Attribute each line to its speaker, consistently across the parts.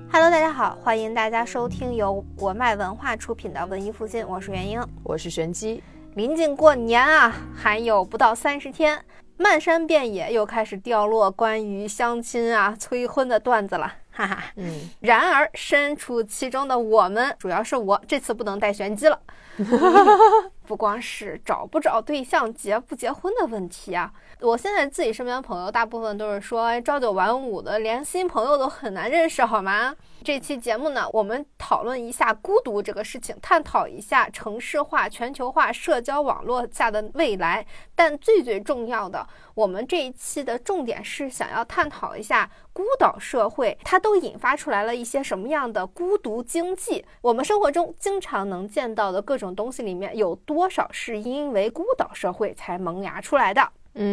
Speaker 1: Hello， 大家好，欢迎大家收听由国脉文化出品的文艺复兴，我是元英，
Speaker 2: 我是玄机。
Speaker 1: 临近过年啊，还有不到30天，漫山遍野又开始掉落关于相亲啊、催婚的段子了，哈哈。然而身处其中的我们，主要是我这次不能带玄机了。不光是找不找对象、结不结婚的问题啊，我现在自己身边的朋友大部分都是说朝九晚五的，连新朋友都很难认识，好吗？这期节目呢，我们讨论一下孤独这个事情，探讨一下城市化、全球化、社交网络下的未来。但最重要的，我们这一期的重点是想要探讨一下孤岛社会，它都引发出来了一些什么样的孤独经济。我们生活中经常能见到的各种东西里面，有多少是因为孤岛社会才萌芽出来的？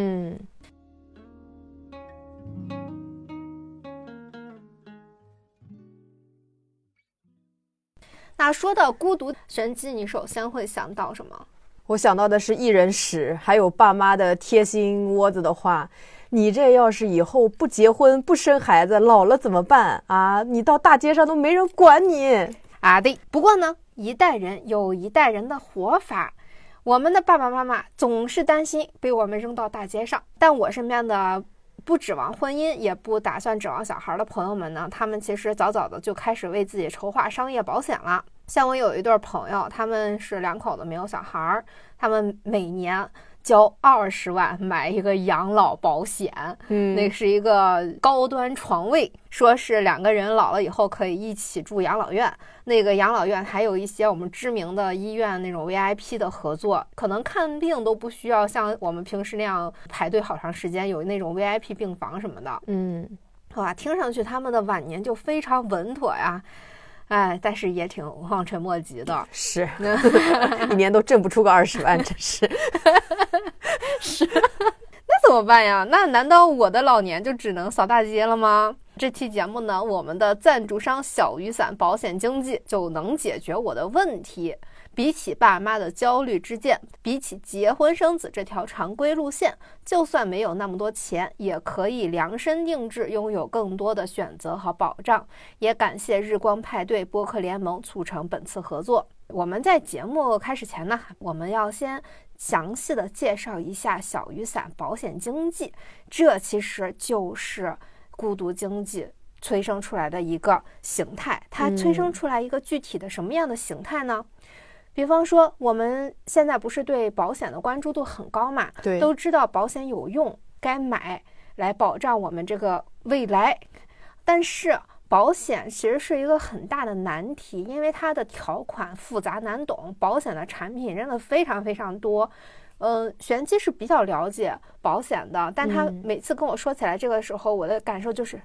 Speaker 1: 那说到孤独，玄机，你首先会想到什么？
Speaker 2: 我想到的是一人屎，还有爸妈的贴心窝子的话，你这要是以后不结婚不生孩子，老了怎么办啊？你到大街上都没人管你
Speaker 1: 啊！对，不过呢，一代人有一代人的活法，我们的爸爸妈妈总是担心被我们扔到大街上，但我身边的不指望婚姻也不打算指望小孩的朋友们呢，他们其实早早的就开始为自己筹划商业保险了。像我有一对朋友，他们是2口子没有小孩，他们每年交20万买一个养老保险，那是一个高端床位，说是2个人老了以后可以一起住养老院，那个养老院还有一些我们知名的医院那种 VIP 的合作，可能看病都不需要像我们平时那样排队好长时间，有那种 VIP 病房什么的。哇，听上去他们的晚年就非常稳妥呀。但是也挺望尘莫及的，
Speaker 2: 是一年都挣不出个20万，真是
Speaker 1: 是那怎么办呀？那难道我的老年就只能扫大街了吗？这期节目呢，我们的赞助商小雨伞保险经纪就能解决我的问题。比起爸妈的焦虑之箭，比起结婚生子这条常规路线，就算没有那么多钱，也可以量身定制，拥有更多的选择和保障。也感谢日光派对播客联盟促成本次合作。我们在节目开始前呢，我们要先详细的介绍一下小雨伞保险经纪，这其实就是孤独经济催生出来的一个形态。它催生出来一个具体的什么样的形态呢？比方说我们现在不是对保险的关注度很高嘛，
Speaker 2: 对，
Speaker 1: 都知道保险有用，该买来保障我们这个未来。但是保险其实是一个很大的难题，因为它的条款复杂难懂，保险的产品真的非常非常多。玄机是比较了解保险的，但他每次跟我说起来这个时候，我的感受就是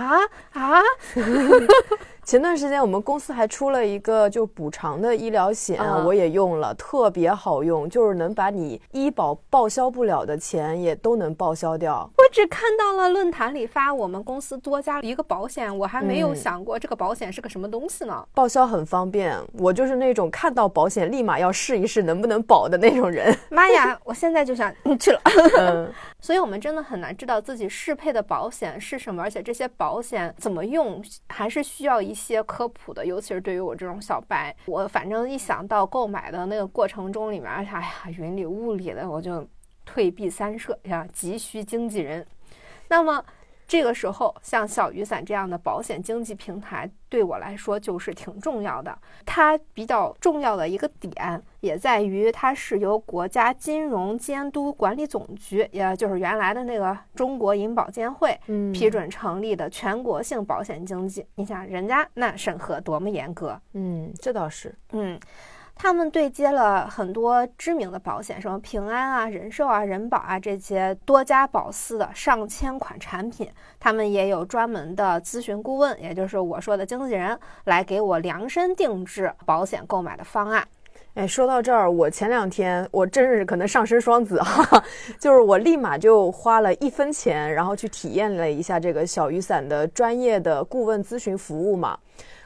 Speaker 2: 前段时间我们公司还出了一个就补偿的医疗险，我也用了，特别好用，就是能把你医保报销不了的钱也都能报销掉。
Speaker 1: 我只看到了论坛里发我们公司多加了一个保险，我还没有想过这个保险是个什么东西呢。
Speaker 2: 报销很方便，我就是那种看到保险立马要试一试能不能保的那种人。
Speaker 1: 妈呀，我现在就想去了。所以我们真的很难知道自己适配的保险是什么，而且这些保险怎么用还是需要一些科普的，尤其是对于我这种小白，我反正一想到购买的那个过程中里面，云里雾里的，我就退避三舍呀，急需经纪人。那么这个时候像小雨伞这样的保险经纪平台对我来说就是挺重要的。它比较重要的一个点也在于它是由国家金融监督管理总局，也就是原来的那个中国银保监会批准成立的全国性保险经纪。你想人家那审核多么严格。
Speaker 2: 这倒是。
Speaker 1: 他们对接了很多知名的保险，什么平安啊、人寿啊、人保啊，这些多家保司的上千款产品，他们也有专门的咨询顾问，也就是我说的经纪人，来给我量身定制保险购买的方案。
Speaker 2: 说到这儿，我前2天我真是可能上升双子就是我立马就花了1分钱，然后去体验了一下这个小雨伞的专业的顾问咨询服务嘛。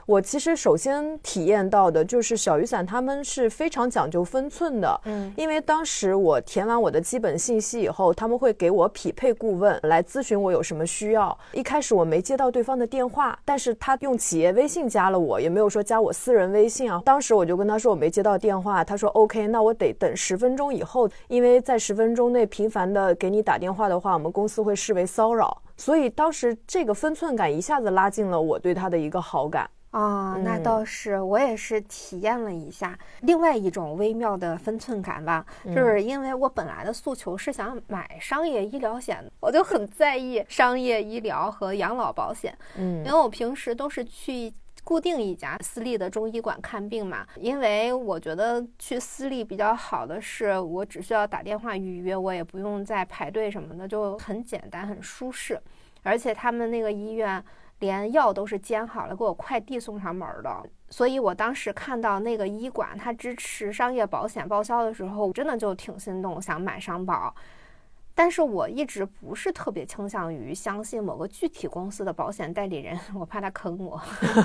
Speaker 2: 我其实首先体验到的就是小雨伞他们是非常讲究分寸的，因为当时我填完我的基本信息以后，他们会给我匹配顾问来咨询我有什么需要。一开始我没接到对方的电话，但是他用企业微信加了我，也没有说加我私人微信啊。当时我就跟他说我没接到电话，他说 OK， 那我得等10分钟以后，因为在10分钟内频繁的给你打电话的话，我们公司会视为骚扰。所以当时这个分寸感一下子拉近了我对他的一个好感。
Speaker 1: 那倒是，我也是体验了一下另外一种微妙的分寸感吧，就是因为我本来的诉求是想买商业医疗险，我就很在意商业医疗和养老保险，因为我平时都是去固定一家私立的中医馆看病嘛，因为我觉得去私立比较好的是，我只需要打电话预约，我也不用再排队什么的，就很简单很舒适。而且他们那个医院连药都是煎好了给我快递送上门的，所以我当时看到那个医馆它支持商业保险报销的时候，真的就挺心动，想买商保。但是我一直不是特别倾向于相信某个具体公司的保险代理人，我怕他坑我。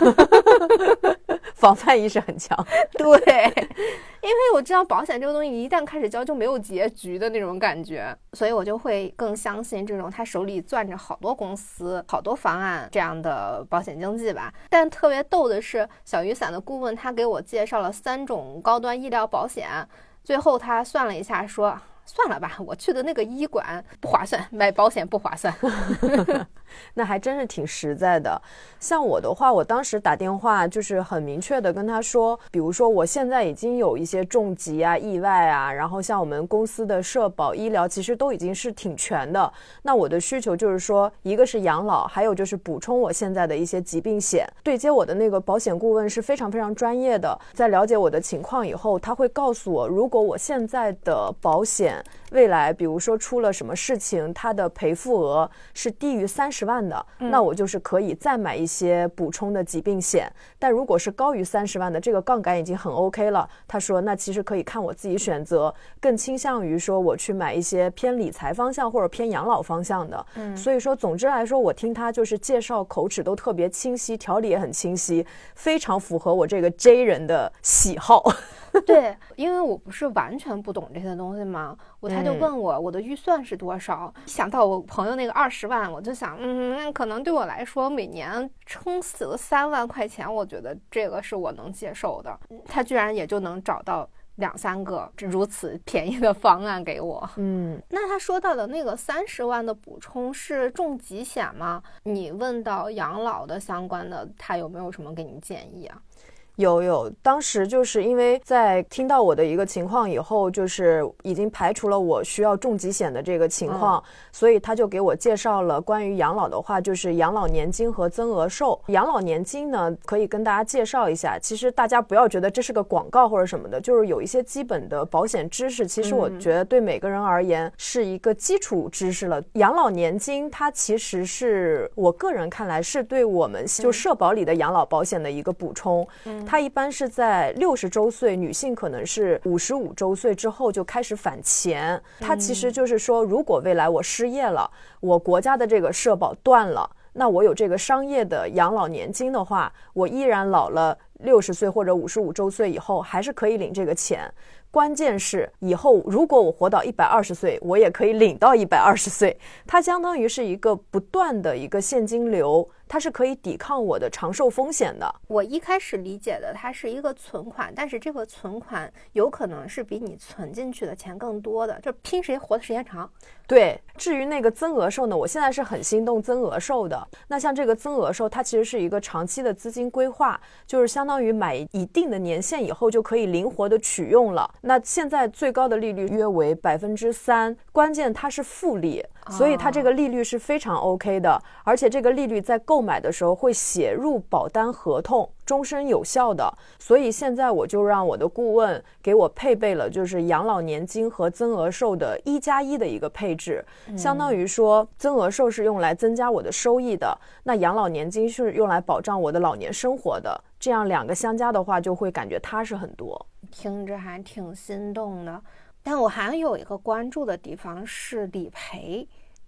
Speaker 2: 防范意识很强。
Speaker 1: 对，因为我知道保险这个东西一旦开始交就没有结局的那种感觉，所以我就会更相信这种他手里攥着好多公司好多方案这样的保险经纪吧。但特别逗的是，小雨伞的顾问他给我介绍了3种高端医疗保险，最后他算了一下说，算了吧，我去的那个医馆不划算，买保险不划算。
Speaker 2: 那还真是挺实在的。像我的话，我当时打电话就是很明确的跟他说，比如说我现在已经有一些重疾啊、意外啊，然后像我们公司的社保医疗其实都已经是挺全的，那我的需求就是说，一个是养老，还有就是补充我现在的一些疾病险。对接我的那个保险顾问是非常非常专业的，在了解我的情况以后，他会告诉我，如果我现在的保险未来比如说出了什么事情，它的赔付额是低于30万的，那我就是可以再买一些补充的疾病险。但如果是高于30万的，这个杠杆已经很 OK 了，他说那其实可以看我自己选择，更倾向于说我去买一些偏理财方向或者偏养老方向的。所以说总之来说，我听他就是介绍口齿都特别清晰，条理也很清晰，非常符合我这个 J 人的喜好。
Speaker 1: 对，因为我不是完全不懂这些东西嘛，他就问我的预算是多少，想到我朋友那个20万，我就想可能对我来说每年撑死了3万块钱，我觉得这个是我能接受的。他居然也就能找到2-3个如此便宜的方案给我。那他说到的那个30万的补充是重疾险吗？你问到养老的相关的，他有没有什么给你建议啊？
Speaker 2: 有，当时就是因为在听到我的一个情况以后，就是已经排除了我需要重疾险的这个情况，所以他就给我介绍了关于养老的话，就是养老年金和增额寿。养老年金呢，可以跟大家介绍一下，其实大家不要觉得这是个广告或者什么的，就是有一些基本的保险知识，其实我觉得对每个人而言是一个基础知识了。养老年金它其实是我个人看来是对我们就社保里的养老保险的一个补充。它一般是在60周岁，女性可能是55周岁之后就开始返钱。它其实就是说，如果未来我失业了，我国家的这个社保断了，那我有这个商业的养老年金的话，我依然老了60岁或者55周岁以后还是可以领这个钱。关键是以后如果我活到120岁，我也可以领到120岁。它相当于是一个不断的一个现金流，它是可以抵抗我的长寿风险的。
Speaker 1: 我一开始理解的它是一个存款，但是这个存款有可能是比你存进去的钱更多的，就拼谁活的时间长。
Speaker 2: 对，至于那个增额寿呢，我现在是很心动增额寿的。那像这个增额寿，它其实是一个长期的资金规划，就是相当于买一定的年限以后就可以灵活的取用了。那现在最高的利率约为3%，关键它是复利，所以它这个利率是非常 OK 的，而且这个利率在购买的时候会写入保单合同，终身有效的。所以现在我就让我的顾问给我配备了就是养老年金和增额寿的1+1的一个配置，相当于说增额寿是用来增加我的收益的，那养老年金是用来保障我的老年生活的，这样2个相加的话就会感觉踏实很多。
Speaker 1: 听着还挺心动的，但我还有一个关注的地方是理赔。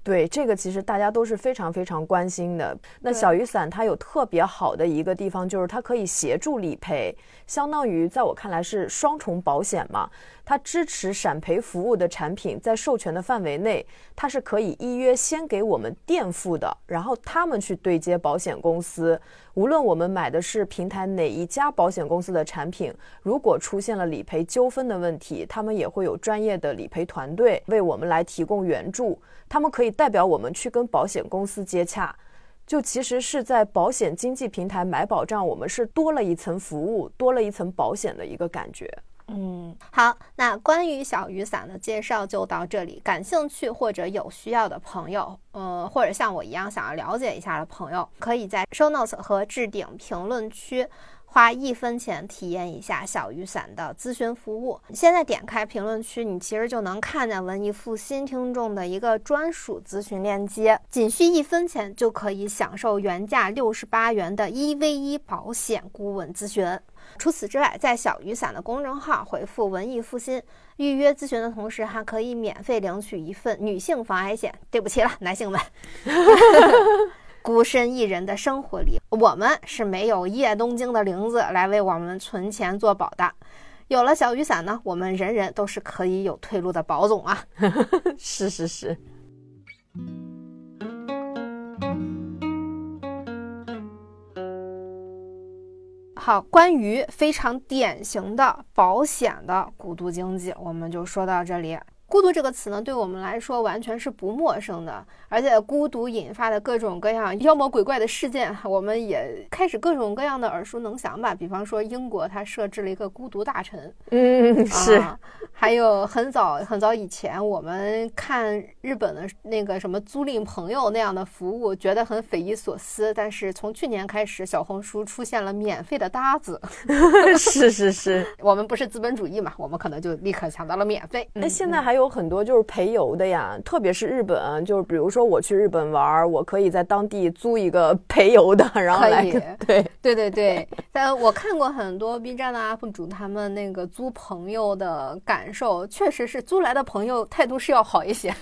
Speaker 2: 对，这个其实大家都是非常非常关心的。那小雨伞它有特别好的一个地方，就是它可以协助理赔，相当于在我看来是双重保险嘛。它支持闪赔服务的产品在授权的范围内，它是可以依约先给我们垫付的，然后他们去对接保险公司。无论我们买的是平台哪一家保险公司的产品，如果出现了理赔纠纷的问题，他们也会有专业的理赔团队为我们来提供援助，他们可以代表我们去跟保险公司接洽。就其实是在保险经纪平台买保障，我们是多了一层服务，多了一层保险的一个感觉。
Speaker 1: 好，那关于小雨伞的介绍就到这里。感兴趣或者有需要的朋友，或者像我一样想要了解一下的朋友，可以在 show notes 和置顶评论区花1分钱体验一下小雨伞的咨询服务。现在点开评论区，你其实就能看见文艺复兴听众的一个专属咨询链接，仅需1分钱就可以享受原价68元的1v1保险顾问咨询。除此之外，在小雨伞的公众号回复文艺复兴，预约咨询的同时还可以免费领取一份女性防癌险。对不起了，男性们。孤身一人的生活里，我们是没有叶东京的玲子来为我们存钱做保的。有了小雨伞呢，我们人人都是可以有退路的保总啊。
Speaker 2: 是是是。
Speaker 1: 好，关于非常典型的保险的孤独经济，我们就说到这里。孤独这个词呢，对我们来说完全是不陌生的，而且孤独引发的各种各样妖魔鬼怪的事件，我们也开始各种各样的耳熟能详吧。比方说英国它设置了一个孤独大臣，
Speaker 2: 是，
Speaker 1: 还有很早以前我们看日本的那个什么租赁朋友那样的服务，觉得很匪夷所思，但是从去年开始，小红书出现了免费的搭子。
Speaker 2: 是是是，
Speaker 1: 我们不是资本主义嘛，我们可能就立刻想到了免费。
Speaker 2: 现在还有很多就是陪游的呀，特别是日本，就是比如说我去日本玩，我可以在当地租一个陪游的，然后来
Speaker 1: 对。但我看过很多 B 站的 UP 主，他们那个租朋友的感受，确实是租来的朋友态度是要好一些。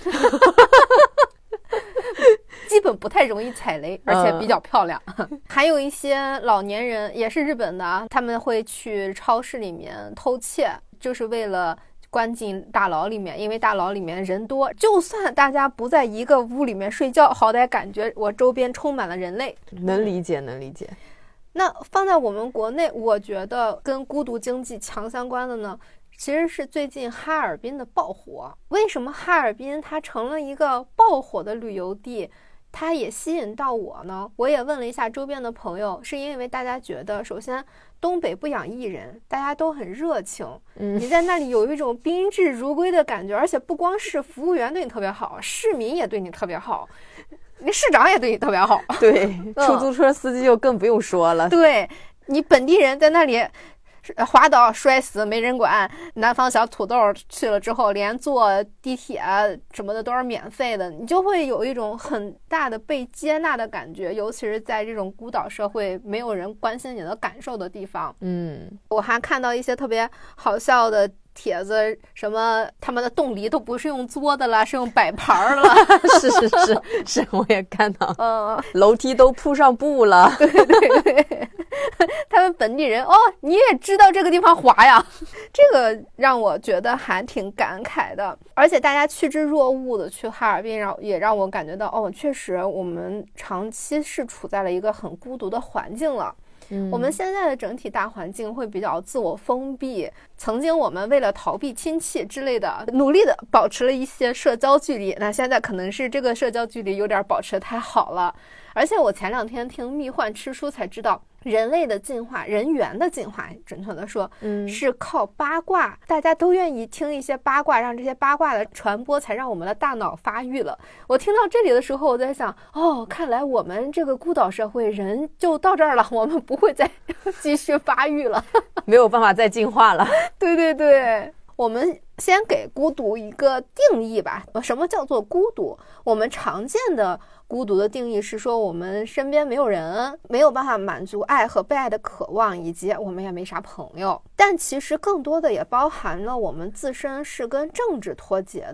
Speaker 1: 基本不太容易踩雷，而且比较漂亮。还有一些老年人也是日本的，他们会去超市里面偷窃，就是为了关进大牢里面，因为大牢里面人多，就算大家不在一个屋里面睡觉，好歹感觉我周边充满了人类。
Speaker 2: 能理解能理解。
Speaker 1: 那放在我们国内，我觉得跟孤独经济强相关的呢，其实是最近哈尔滨的爆火。为什么哈尔滨它成了一个爆火的旅游地，它也吸引到我呢？我也问了一下周边的朋友，是因为大家觉得，首先东北不养艺人，大家都很热情，你在那里有一种宾至如归的感觉，而且不光是服务员对你特别好，市民也对你特别好，你市长也对你特别好。
Speaker 2: 对，出租车司机就更不用说了。
Speaker 1: 对，你本地人在那里滑倒摔死没人管，南方小土豆去了之后连坐地铁什么的都是免费的，你就会有一种很大的被接纳的感觉，尤其是在这种孤岛社会没有人关心你的感受的地方。我还看到一些特别好笑的帖子，什么他们的冻梨都不是用做的了，是用摆盘了。
Speaker 2: 是，我也看到。楼梯都铺上布了。
Speaker 1: 对，他们本地人你也知道这个地方滑呀，这个让我觉得还挺感慨的。而且大家趋之若鹜的去哈尔滨，也让我感觉到确实我们长期是处在了一个很孤独的环境了。我们现在的整体大环境会比较自我封闭，曾经我们为了逃避亲戚之类的努力的保持了一些社交距离，那现在可能是这个社交距离有点保持得太好了。而且我前2天听蜜幻吃书才知道，人类的进化，人猿的进化准确的说，是靠八卦，大家都愿意听一些八卦，让这些八卦的传播才让我们的大脑发育了。我听到这里的时候，我在想，看来我们这个孤岛社会人就到这儿了，我们不会再继续发育了，
Speaker 2: 没有办法再进化了。
Speaker 1: 对，我们先给孤独一个定义吧。什么叫做孤独？我们常见的孤独的定义是说，我们身边没有人，没有办法满足爱和被爱的渴望，以及我们也没啥朋友。但其实更多的也包含了我们自身是跟政治脱节的，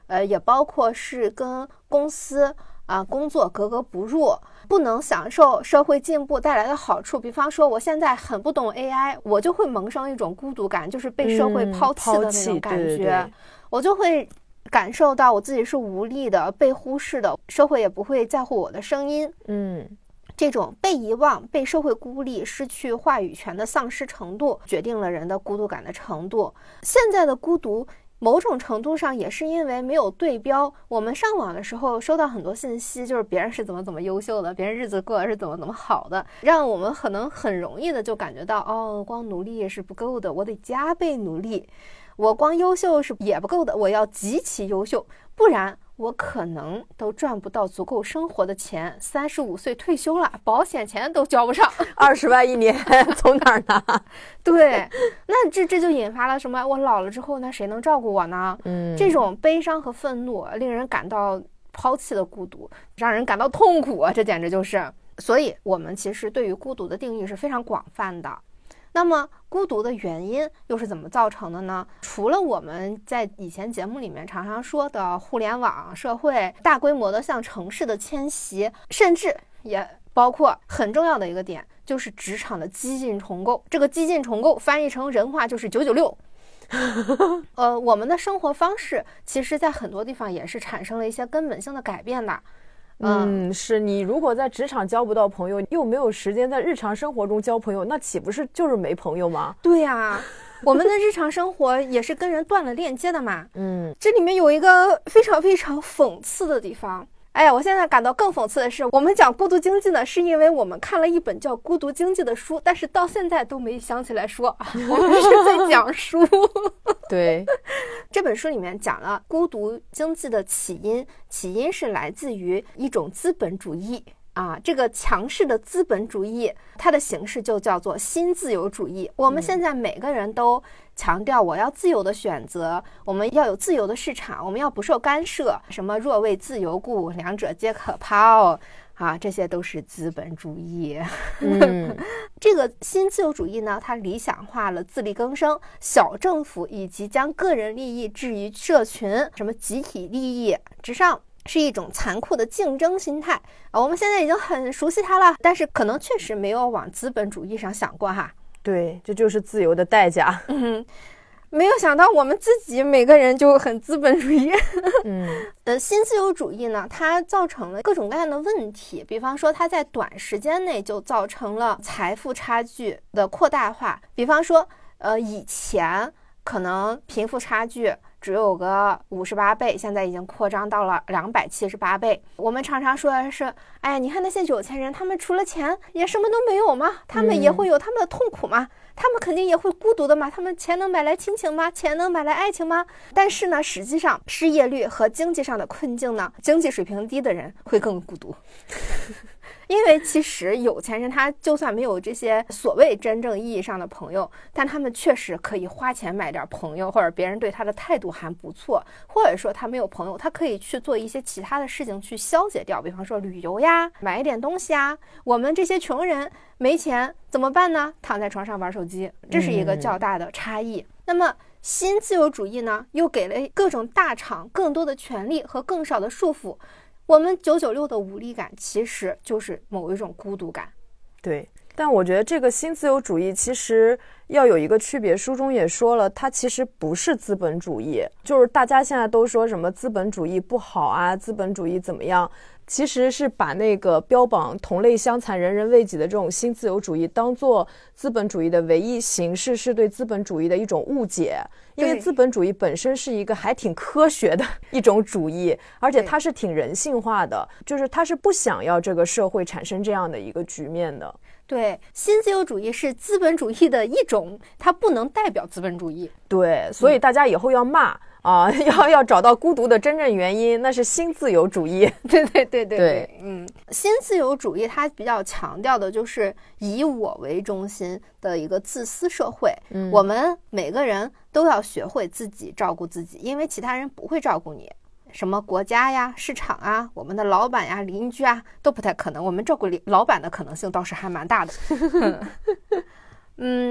Speaker 1: 也包括是跟公司工作格格不入，不能享受社会进步带来的好处。比方说我现在很不懂 AI， 我就会萌生一种孤独感，就是被社会抛弃的那种感觉，
Speaker 2: 对，
Speaker 1: 我就会感受到我自己是无力的，被忽视的，社会也不会在乎我的声音。这种被遗忘、被社会孤立、失去话语权的丧失程度，决定了人的孤独感的程度。现在的孤独某种程度上也是因为没有对标，我们上网的时候收到很多信息，就是别人是怎么优秀的，别人日子过得是怎么好的，让我们可能很容易的就感觉到，光努力是不够的，我得加倍努力，我光优秀是也不够的，我要极其优秀，不然我可能都赚不到足够生活的钱，35岁退休了，保险钱都交不上
Speaker 2: ，20万一年从哪儿拿？
Speaker 1: 对，那这就引发了什么？我老了之后，那谁能照顾我呢？这种悲伤和愤怒，令人感到抛弃的孤独，让人感到痛苦啊！这简直就是。所以，我们其实对于孤独的定义是非常广泛的。那么孤独的原因又是怎么造成的呢？除了我们在以前节目里面常常说的互联网社会大规模的向城市的迁徙，甚至也包括很重要的一个点，就是职场的激进重构。这个激进重构翻译成人话就是996。我们的生活方式其实在很多地方也是产生了一些根本性的改变的。
Speaker 2: 是你如果在职场交不到朋友，又没有时间在日常生活中交朋友，那岂不是就是没朋友吗？
Speaker 1: 对呀，我们的日常生活也是跟人断了链接的嘛。这里面有一个非常非常讽刺的地方。哎呀，我现在感到更讽刺的是，我们讲孤独经济呢，是因为我们看了一本叫《孤独经济》的书，但是到现在都没想起来说我们是在讲书。
Speaker 2: 对，
Speaker 1: 这本书里面讲了孤独经济的起因，起因是来自于一种资本主义这个强势的资本主义，它的形式就叫做新自由主义。我们现在每个人都强调我要自由的选择，我们要有自由的市场，我们要不受干涉，什么若为自由故，两者皆可抛这些都是资本主义。这个新自由主义呢，它理想化了自力更生、小政府，以及将个人利益置于社群、什么集体利益之上，是一种残酷的竞争心态我们现在已经很熟悉它了，但是可能确实没有往资本主义上想过哈。
Speaker 2: 对，这就是自由的代价。
Speaker 1: 没有想到我们自己每个人就很资本主义。新自由主义呢，它造成了各种各样的问题，比方说它在短时间内就造成了财富差距的扩大化。比方说以前可能贫富差距只有个58倍，现在已经扩张到了278倍。我们常常说的是，哎呀，你看那些有钱人，他们除了钱也什么都没有吗？他们也会有他们的痛苦吗？他们肯定也会孤独的嘛？他们钱能买来亲情吗？钱能买来爱情吗？但是呢，实际上失业率和经济上的困境呢，经济水平低的人会更孤独。因为其实有钱人他就算没有这些所谓真正意义上的朋友，但他们确实可以花钱买点朋友，或者别人对他的态度还不错，或者说他没有朋友，他可以去做一些其他的事情去消解掉，比方说旅游呀，买一点东西啊。我们这些穷人没钱怎么办呢？躺在床上玩手机，这是一个较大的差异。那么新自由主义呢，又给了各种大厂更多的权利和更少的束缚。我们996的无力感其实就是某一种孤独感。
Speaker 2: 对，但我觉得这个新自由主义其实要有一个区别，书中也说了，它其实不是资本主义。就是大家现在都说什么资本主义不好啊，资本主义怎么样，其实是把那个标榜同类相残人人为己的这种新自由主义当做资本主义的唯一形式，是对资本主义的一种误解。因为资本主义本身是一个还挺科学的一种主义，而且它是挺人性化的，就是它是不想要这个社会产生这样的一个局面的。
Speaker 1: 对，新自由主义是资本主义的一种，它不能代表资本主义。
Speaker 2: 对，所以大家以后要骂要找到孤独的真正原因，那是新自由主义。
Speaker 1: 对，新自由主义它比较强调的就是以我为中心的一个自私社会。我们每个人都要学会自己照顾自己，因为其他人不会照顾你。什么国家呀、市场啊、我们的老板呀、邻居啊，都不太可能。我们照顾老板的可能性倒是还蛮大的。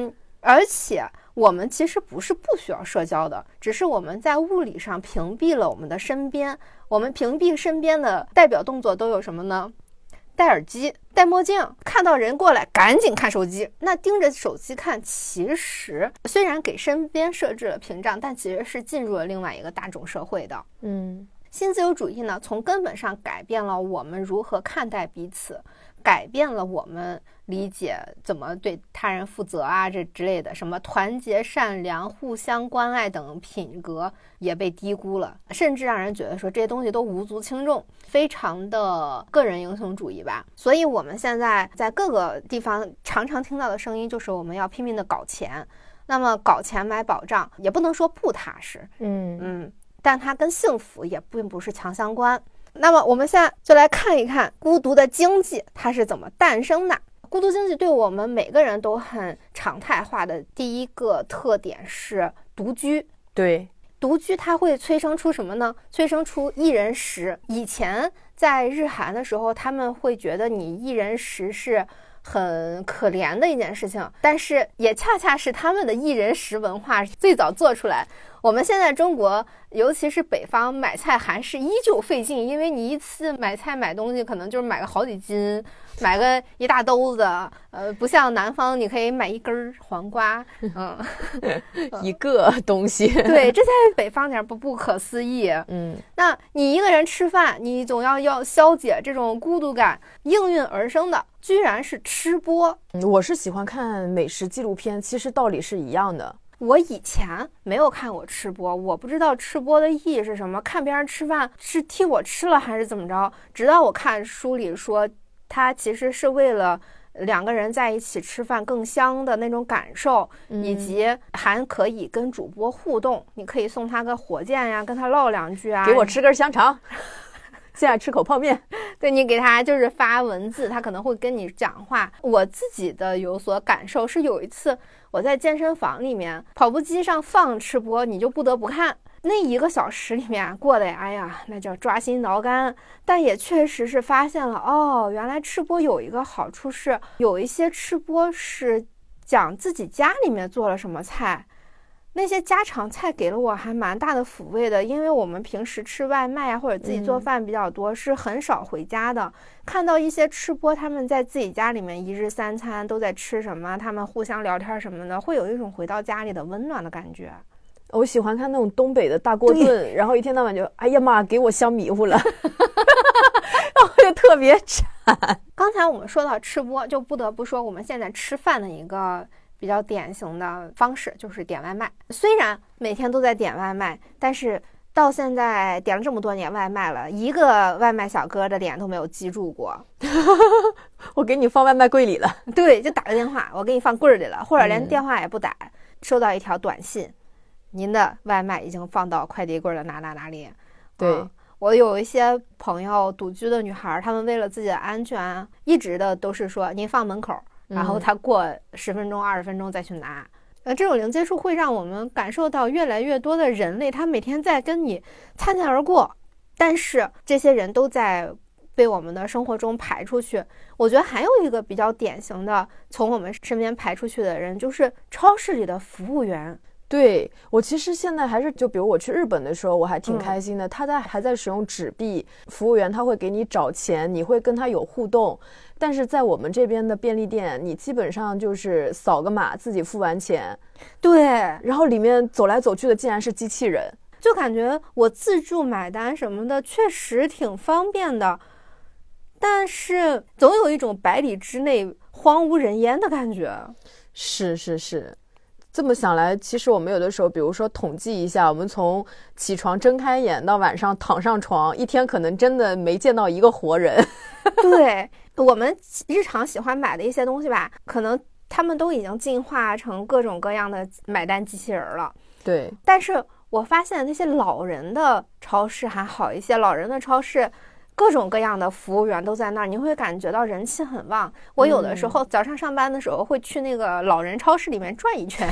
Speaker 1: 而且我们其实不是不需要社交的，只是我们在物理上屏蔽了我们的身边。我们屏蔽身边的代表动作都有什么呢？戴耳机、戴墨镜，看到人过来赶紧看手机。那盯着手机看，其实虽然给身边设置了屏障，但其实是进入了另外一个大众社会的。新自由主义呢，从根本上改变了我们如何看待彼此，改变了我们理解怎么对他人负责啊，这之类的，什么团结、善良、互相关爱等品格也被低估了，甚至让人觉得说这些东西都无足轻重，非常的个人英雄主义吧。所以我们现在在各个地方常常听到的声音就是我们要拼命的搞钱，那么搞钱买保障也不能说不踏实，但它跟幸福也并不是强相关。那么我们现在就来看一看孤独的经济它是怎么诞生的。孤独经济对我们每个人都很常态化的第一个特点是独居。
Speaker 2: 对，
Speaker 1: 独居它会催生出什么呢？催生出一人食。以前在日韩的时候，他们会觉得你一人食是很可怜的一件事情，但是也恰恰是他们的一人食文化最早做出来。我们现在中国尤其是北方买菜还是依旧费劲，因为你一次买菜买东西可能就是买个好几斤，买个一大兜子，不像南方你可以买一根黄瓜，
Speaker 2: 一个东西。
Speaker 1: 对，这在北方点不可思议。那你一个人吃饭，你总要消解这种孤独感，应运而生的居然是吃播。
Speaker 2: 我是喜欢看美食纪录片，其实道理是一样的。
Speaker 1: 我以前没有看过吃播，我不知道吃播的意义是什么，看别人吃饭是替我吃了还是怎么着，直到我看书里说它其实是为了两个人在一起吃饭更香的那种感受，以及还可以跟主播互动，你可以送他个火箭呀，跟他唠两句啊，
Speaker 2: 给我吃根香肠，现在吃口泡面。
Speaker 1: 对，你给他就是发文字，他可能会跟你讲话。我自己的有所感受是，有一次我在健身房里面，跑步机上放吃播，你就不得不看。那1个小时里面过得，哎呀，那叫抓心挠肝。但也确实是发现了，原来吃播有一个好处是，有一些吃播是讲自己家里面做了什么菜。那些家常菜给了我还蛮大的抚慰的，因为我们平时吃外卖啊，或者自己做饭比较多，是很少回家的。看到一些吃播，他们在自己家里面1日3餐都在吃什么，他们互相聊天什么的，会有一种回到家里的温暖的感觉。
Speaker 2: 我喜欢看那种东北的大锅炖，然后一天到晚就哎呀妈，给我香迷糊了，然后就特别馋。
Speaker 1: 刚才我们说到吃播，就不得不说我们现在吃饭的一个比较典型的方式就是点外卖。虽然每天都在点外卖，但是到现在点了这么多年外卖了，一个外卖小哥的脸都没有记住过。
Speaker 2: 我给你放外卖柜里了。
Speaker 1: 对，就打个电话，我给你放柜里了，或者连电话也不打，收到一条短信，您的外卖已经放到快递柜的哪里。
Speaker 2: 对，
Speaker 1: 我有一些朋友独居的女孩，她们为了自己的安全，一直的都是说您放门口，然后他过10分钟20分钟再去拿。这种零接触会让我们感受到越来越多的人类，他每天在跟你擦肩而过，但是这些人都在被我们的生活中排出去。我觉得还有一个比较典型的从我们身边排出去的人，就是超市里的服务员。
Speaker 2: 对，我其实现在还是就比如我去日本的时候，我还挺开心的。他还在使用纸币，服务员他会给你找钱，你会跟他有互动。但是在我们这边的便利店，你基本上就是扫个码，自己付完钱，
Speaker 1: 对，
Speaker 2: 然后里面走来走去的竟然是机器人，
Speaker 1: 就感觉我自助买单什么的确实挺方便的，但是总有一种百里之内荒无人烟的感觉。
Speaker 2: 是。这么想来，其实我们有的时候，比如说统计一下，我们从起床睁开眼到晚上躺上床，一天可能真的没见到一个活人。
Speaker 1: 对，我们日常喜欢买的一些东西吧，可能他们都已经进化成各种各样的买单机器人了。
Speaker 2: 对，
Speaker 1: 但是我发现那些老人的超市还好一些，老人的超市各种各样的服务员都在那儿，你会感觉到人气很旺。我有的时候早上上班的时候会去那个老人超市里面转一圈，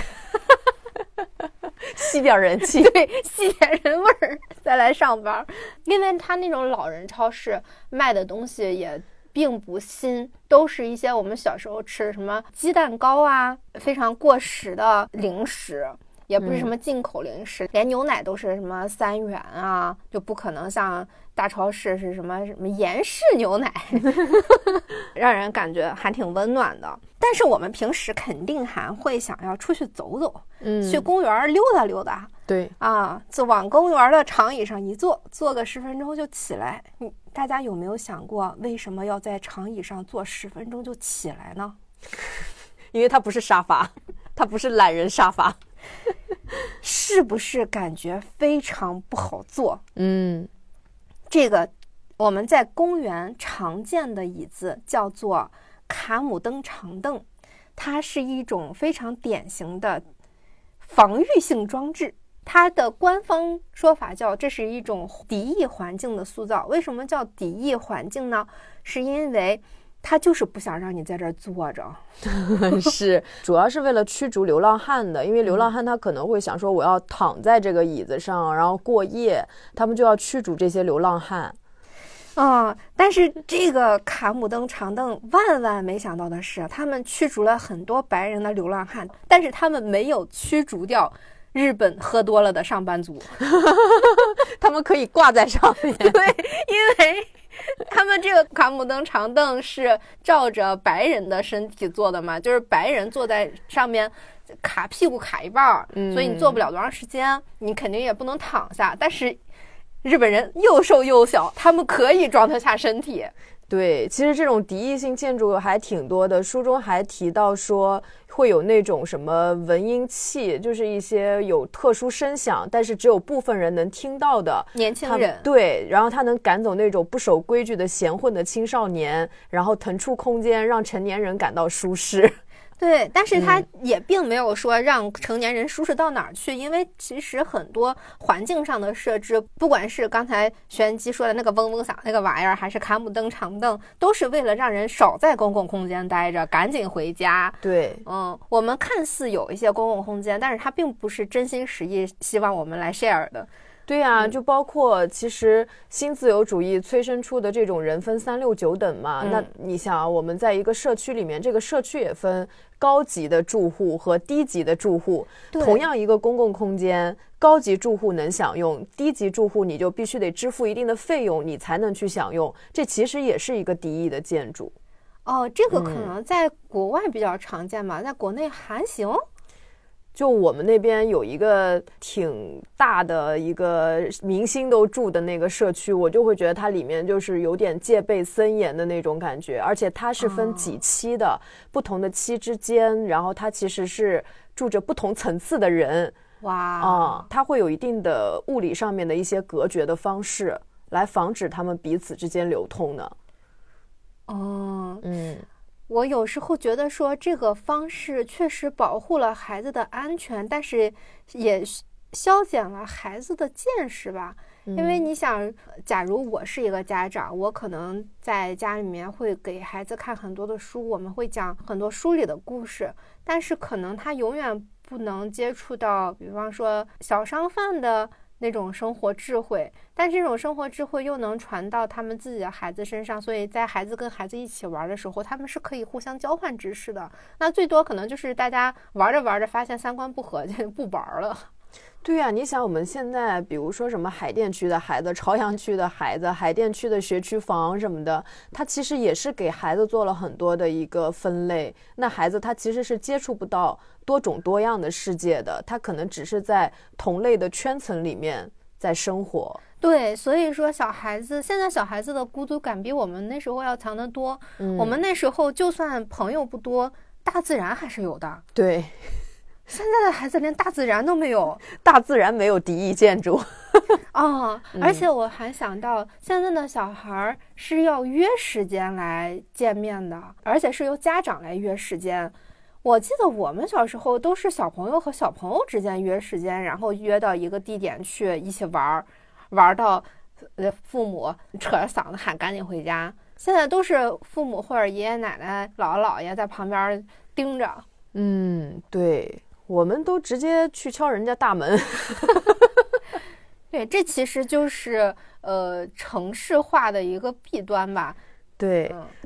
Speaker 2: 吸点人气，
Speaker 1: 对，吸点人味儿再来上班。因为他那种老人超市卖的东西也并不新，都是一些我们小时候吃的什么鸡蛋糕啊，非常过时的零食，也不是什么进口零食，连牛奶都是什么3元啊，就不可能像大超市是什么严氏牛奶让人感觉还挺温暖的。但是我们平时肯定还会想要出去走走，去公园溜达溜达，
Speaker 2: 对
Speaker 1: 啊，就往公园的长椅上一坐，坐个10分钟就起来。大家有没有想过为什么要在长椅上坐10分钟就起来呢？
Speaker 2: 因为它不是沙发，它不是懒人沙发
Speaker 1: 是不是感觉非常不好坐？这个我们在公园常见的椅子叫做卡姆登长凳，它是一种非常典型的防御性装置。它的官方说法叫这是一种敌意环境的塑造。为什么叫敌意环境呢？是因为他就是不想让你在这儿坐着
Speaker 2: 是，主要是为了驱逐流浪汉的，因为流浪汉他可能会想说我要躺在这个椅子上然后过夜，他们就要驱逐这些流浪汉。
Speaker 1: 但是这个卡姆登长凳万万没想到的是，他们驱逐了很多白人的流浪汉，但是他们没有驱逐掉日本喝多了的上班族
Speaker 2: 他们可以挂在上面
Speaker 1: 对，因为他们这个卡姆登长凳是照着白人的身体做的嘛，就是白人坐在上面卡屁股卡一半，所以你坐不了多长时间，你肯定也不能躺下。但是日本人又瘦又小，他们可以装得下身体。
Speaker 2: 对，其实这种敌意性建筑还挺多的，书中还提到说会有那种什么闻音器，就是一些有特殊声响但是只有部分人能听到的
Speaker 1: 年轻人，
Speaker 2: 对，然后他能赶走那种不守规矩的闲混的青少年，然后腾出空间让成年人感到舒适。
Speaker 1: 对，但是他也并没有说让成年人舒适到哪儿去，因为其实很多环境上的设置，不管是刚才玄机说的那个嗡嗡响那个玩意儿，还是卡姆登长凳，都是为了让人少在公共空间待着，赶紧回家。
Speaker 2: 对，
Speaker 1: 我们看似有一些公共空间，但是它并不是真心实意希望我们来 share 的。
Speaker 2: 对啊，就包括其实新自由主义催生出的这种人分3、6、9等嘛。那你想，我们在一个社区里面，这个社区也分高级的住户和低级的住户。同样一个公共空间，高级住户能享用，低级住户你就必须得支付一定的费用，你才能去享用。这其实也是一个敌意的建筑。
Speaker 1: 这个可能在国外比较常见嘛，在国内还行。
Speaker 2: 就我们那边有一个挺大的一个明星都住的那个社区，我就会觉得它里面就是有点戒备森严的那种感觉，而且它是分几期的，不同的期之间，然后它其实是住着不同层次的人。
Speaker 1: 哇，
Speaker 2: 它会有一定的物理上面的一些隔绝的方式，来防止他们彼此之间流通呢。
Speaker 1: 我有时候觉得说这个方式确实保护了孩子的安全，但是也消减了孩子的见识吧。因为你想，假如我是一个家长，我可能在家里面会给孩子看很多的书，我们会讲很多书里的故事，但是可能他永远不能接触到比方说小商贩的那种生活智慧，但是这种生活智慧又能传到他们自己的孩子身上，所以在孩子跟孩子一起玩的时候，他们是可以互相交换知识的。那最多可能就是大家玩着玩着发现三观不合就不玩了。
Speaker 2: 对呀，你想我们现在比如说什么海淀区的孩子、朝阳区的孩子、海淀区的学区房什么的，它其实也是给孩子做了很多的一个分类。那孩子他其实是接触不到多种多样的世界的，他可能只是在同类的圈层里面在生活。
Speaker 1: 对，所以说现在小孩子的孤独感比我们那时候要强得多。我们那时候就算朋友不多，大自然还是有的。
Speaker 2: 对，
Speaker 1: 现在的孩子连大自然都没有，
Speaker 2: 大自然没有敌意建筑
Speaker 1: 而且我还想到现在的小孩是要约时间来见面的，而且是由家长来约时间。我记得我们小时候都是小朋友和小朋友之间约时间，然后约到一个地点去一起玩到父母扯着嗓子喊赶紧回家。现在都是父母或者爷爷奶奶姥姥姥爷在旁边盯着。
Speaker 2: 对，我们都直接去敲人家大门
Speaker 1: 对，这其实就是城市化的一个弊端吧。
Speaker 2: 对，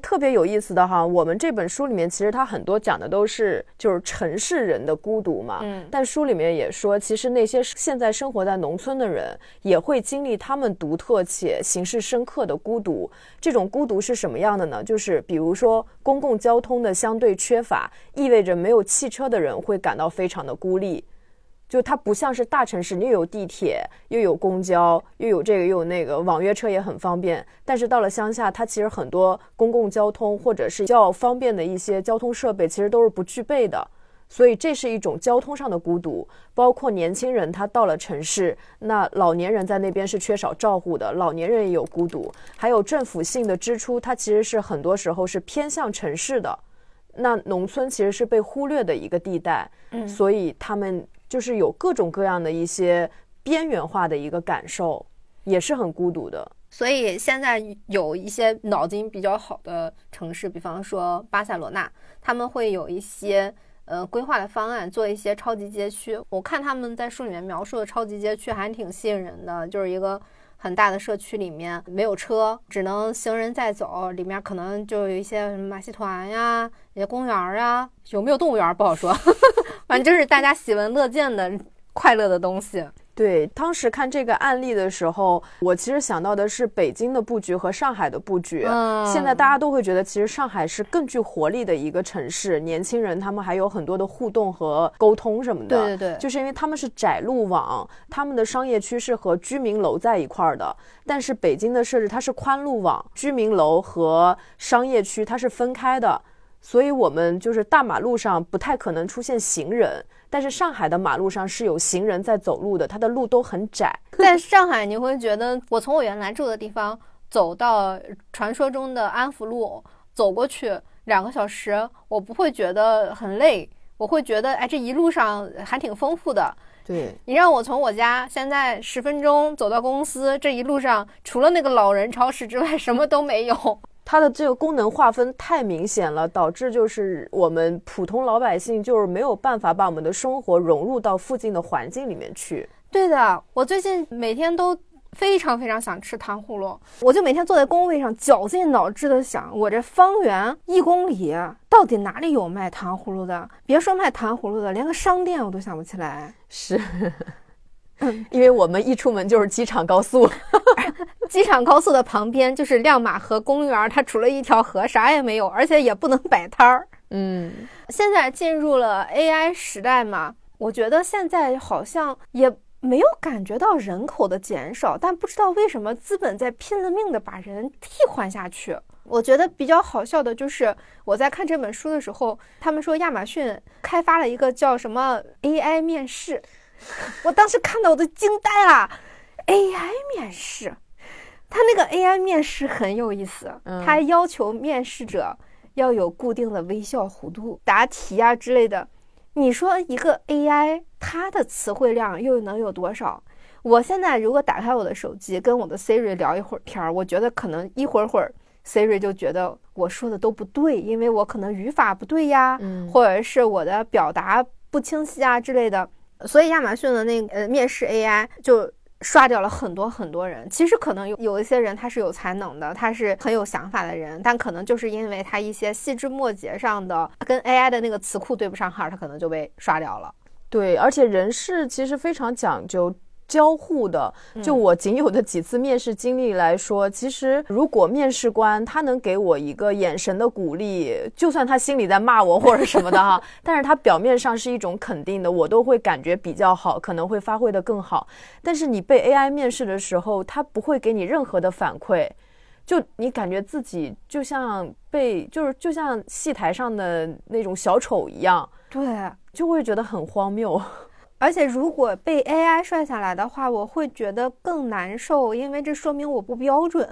Speaker 2: 特别有意思的哈，我们这本书里面其实它很多讲的都是就是城市人的孤独嘛，但书里面也说，其实那些现在生活在农村的人也会经历他们独特且形式深刻的孤独。这种孤独是什么样的呢？就是比如说公共交通的相对缺乏，意味着没有汽车的人会感到非常的孤立。就它不像是大城市，你又有地铁，又有公交，又有这个又有那个，网约车也很方便。但是到了乡下，它其实很多公共交通或者是较方便的一些交通设备其实都是不具备的，所以这是一种交通上的孤独。包括年轻人他到了城市，那老年人在那边是缺少照顾的，老年人也有孤独。还有政府性的支出，它其实是很多时候是偏向城市的，那农村其实是被忽略的一个地带，所以他们就是有各种各样的一些边缘化的一个感受，也是很孤独的。
Speaker 1: 所以现在有一些脑筋比较好的城市，比方说巴塞罗那，他们会有一些规划的方案，做一些超级街区。我看他们在书里面描述的超级街区还挺吸引人的，就是一个很大的社区里面没有车，只能行人在走，里面可能就有一些什么马戏团呀，一些公园啊，有没有动物园不好说反正就是大家喜闻乐见的快乐的东西。
Speaker 2: 对，当时看这个案例的时候，我其实想到的是北京的布局和上海的布局。现在大家都会觉得其实上海是更具活力的一个城市，年轻人他们还有很多的互动和沟通什么的。
Speaker 1: 对对对，
Speaker 2: 就是因为他们是窄路网，他们的商业区是和居民楼在一块儿的，但是北京的设置它是宽路网，居民楼和商业区它是分开的，所以我们就是大马路上不太可能出现行人，但是上海的马路上是有行人在走路的，它的路都很窄。
Speaker 1: 在上海你会觉得我从我原来住的地方走到传说中的安福路，走过去2个小时，我不会觉得很累，我会觉得哎，这一路上还挺丰富的。
Speaker 2: 对，
Speaker 1: 你让我从我家现在10分钟走到公司，这一路上除了那个老人超市之外什么都没有。
Speaker 2: 它的这个功能划分太明显了，导致就是我们普通老百姓就是没有办法把我们的生活融入到附近的环境里面去。
Speaker 1: 对的，我最近每天都非常非常想吃糖葫芦，我就每天坐在工位上绞尽脑汁的想，我这方圆1公里到底哪里有卖糖葫芦的？别说卖糖葫芦的，连个商店我都想不起来。
Speaker 2: 是因为我们一出门就是机场高速
Speaker 1: 机场高速的旁边就是亮马河公园，它除了一条河啥也没有，而且也不能摆摊儿。现在进入了 AI 时代嘛，我觉得现在好像也没有感觉到人口的减少，但不知道为什么资本在拼了命的把人替换下去。我觉得比较好笑的就是我在看这本书的时候，他们说亚马逊开发了一个叫什么 AI 面试，我当时看到我都惊呆了。AI 面试，他那个 AI 面试很有意思，他要求面试者要有固定的微笑弧度，答题啊之类的。你说一个 AI 它的词汇量又能有多少？我现在如果打开我的手机跟我的 Siri 聊一会儿天，我觉得可能一会儿 Siri 就觉得我说的都不对，因为我可能语法不对呀，或者是我的表达不清晰啊之类的。所以亚马逊的那个面试 AI 就刷掉了很多很多人。其实可能有一些人他是有才能的，他是很有想法的人，但可能就是因为他一些细枝末节上的跟 AI 的那个词库对不上号，他可能就被刷掉了。
Speaker 2: 对，而且人事其实非常讲究交互的，就我仅有的几次面试经历来说，其实如果面试官他能给我一个眼神的鼓励，就算他心里在骂我或者什么的哈，但是他表面上是一种肯定的，我都会感觉比较好，可能会发挥得更好。但是你被 AI 面试的时候，他不会给你任何的反馈，就你感觉自己就像就像戏台上的那种小丑一样，
Speaker 1: 对，
Speaker 2: 就会觉得很荒谬。
Speaker 1: 而且如果被 AI 涮下来的话，我会觉得更难受，因为这说明我不标准。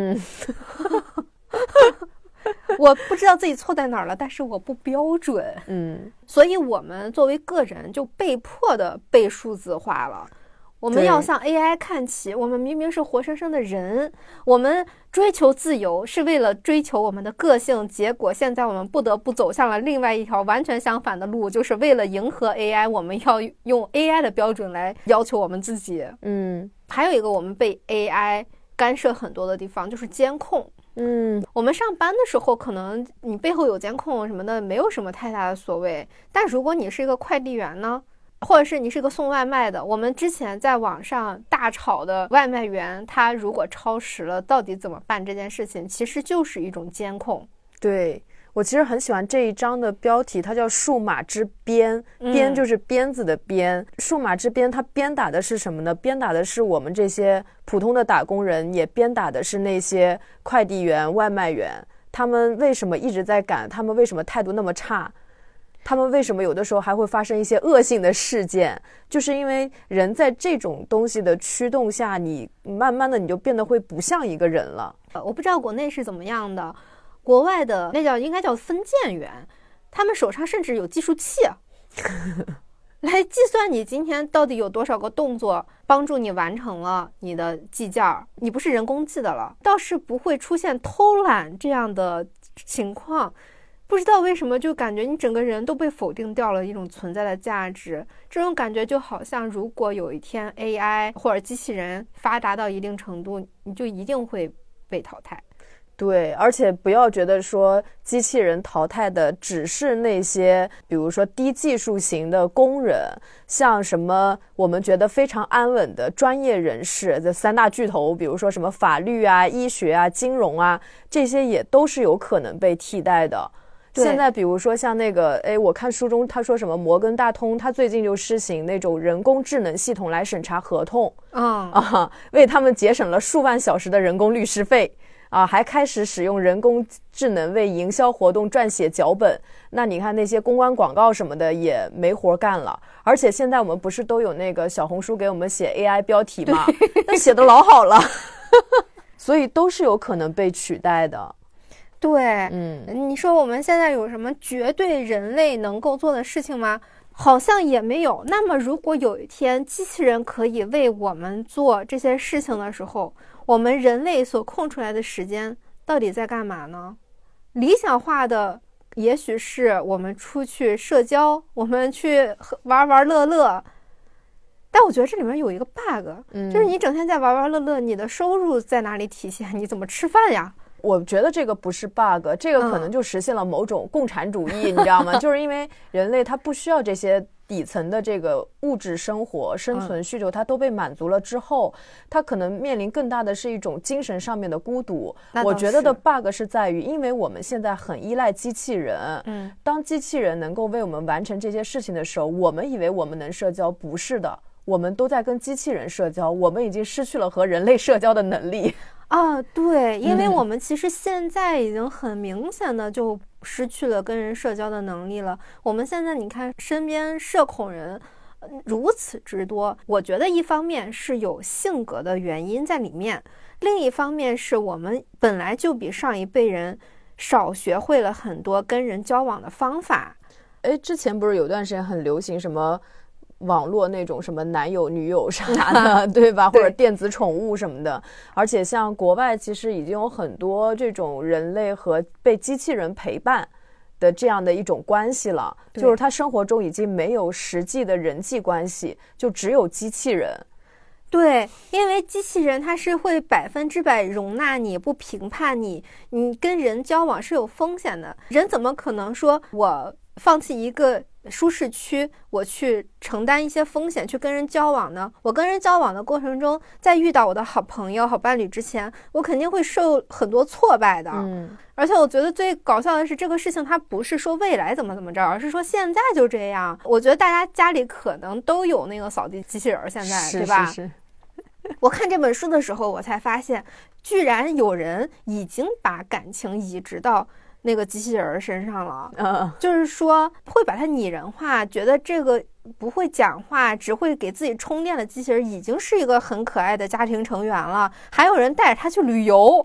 Speaker 1: 我不知道自己错在哪儿了，但是我不标准。所以我们作为个人就被迫的被数字化了。我们要向 AI 看齐，我们明明是活生生的人，我们追求自由是为了追求我们的个性，结果现在我们不得不走向了另外一条完全相反的路，就是为了迎合 AI， 我们要用 AI 的标准来要求我们自己。还有一个我们被 AI 干涉很多的地方就是监控。 我们上班的时候可能你背后有监控什么的，没有什么太大的所谓，但如果你是一个快递员呢，或者是你是个送外卖的，我们之前在网上大吵的外卖员，他如果超时了到底怎么办这件事情，其实就是一种监控。
Speaker 2: 对，我其实很喜欢这一章的标题，它叫数码之鞭，鞭就是鞭子的鞭，数码之鞭它鞭打的是什么呢？鞭打的是我们这些普通的打工人，也鞭打的是那些快递员、外卖员，他们为什么一直在赶？他们为什么态度那么差？他们为什么有的时候还会发生一些恶性的事件？就是因为人在这种东西的驱动下，你慢慢的你就变得会不像一个人了。
Speaker 1: 我不知道国内是怎么样的，国外的那应该叫分件员，他们手上甚至有计数器来计算你今天到底有多少个动作帮助你完成了你的计件，你不是人工计的了，倒是不会出现偷懒这样的情况。不知道为什么就感觉你整个人都被否定掉了一种存在的价值，这种感觉就好像如果有一天 AI 或者机器人发达到一定程度，你就一定会被淘汰。
Speaker 2: 对，而且不要觉得说机器人淘汰的只是那些比如说低技术型的工人，像什么我们觉得非常安稳的专业人士，这三大巨头，比如说什么法律啊、医学啊、金融啊，这些也都是有可能被替代的。现在比如说像那个我看书中他说什么摩根大通，他最近就施行那种人工智能系统来审查合同为他们节省了数万小时的人工律师费还开始使用人工智能为营销活动撰写脚本。那你看那些公关广告什么的也没活干了。而且现在我们不是都有那个小红书给我们写 AI 标题吗？那写的老好了所以都是有可能被取代的。
Speaker 1: 对，你说我们现在有什么绝对人类能够做的事情吗？好像也没有。那么如果有一天机器人可以为我们做这些事情的时候，我们人类所空出来的时间到底在干嘛呢？理想化的也许是我们出去社交，我们去玩玩乐乐，但我觉得这里面有一个 bug，就是你整天在玩玩乐乐，你的收入在哪里体现？你怎么吃饭呀？
Speaker 2: 我觉得这个不是 bug， 这个可能就实现了某种共产主义，你知道吗？就是因为人类他不需要这些底层的这个物质生活生存需求，它都被满足了之后，它可能面临更大的是一种精神上面的孤独。我觉得的 bug 是在于，因为我们现在很依赖机器人，当机器人能够为我们完成这些事情的时候，我们以为我们能社交，不是的，我们都在跟机器人社交，我们已经失去了和人类社交的能力。
Speaker 1: 对，因为我们其实现在已经很明显的就失去了跟人社交的能力了。我们现在你看身边社恐人如此之多，我觉得一方面是有性格的原因在里面，另一方面是我们本来就比上一辈人少学会了很多跟人交往的方法。
Speaker 2: 之前不是有段时间很流行什么网络那种什么男友女友啥的对吧？或者电子宠物什么的。而且像国外其实已经有很多这种人类和被机器人陪伴的这样的一种关系了，就是他生活中已经没有实际的人际关系，就只有机器人。
Speaker 1: 对，因为机器人它是会100%容纳你，不评判你，你跟人交往是有风险的。人怎么可能说我放弃一个舒适区，我去承担一些风险去跟人交往呢？我跟人交往的过程中，在遇到我的好朋友好伴侣之前，我肯定会受很多挫败的。而且我觉得最搞笑的是，这个事情它不是说未来怎么着，而是说现在就这样。我觉得大家家里可能都有那个扫地机器人，现在对吧？
Speaker 2: 是
Speaker 1: 我看这本书的时候，我才发现居然有人已经把感情移植到那个机器人身上了，就是说会把它拟人化，觉得这个不会讲话只会给自己充电的机器人已经是一个很可爱的家庭成员了。还有人带着他去旅游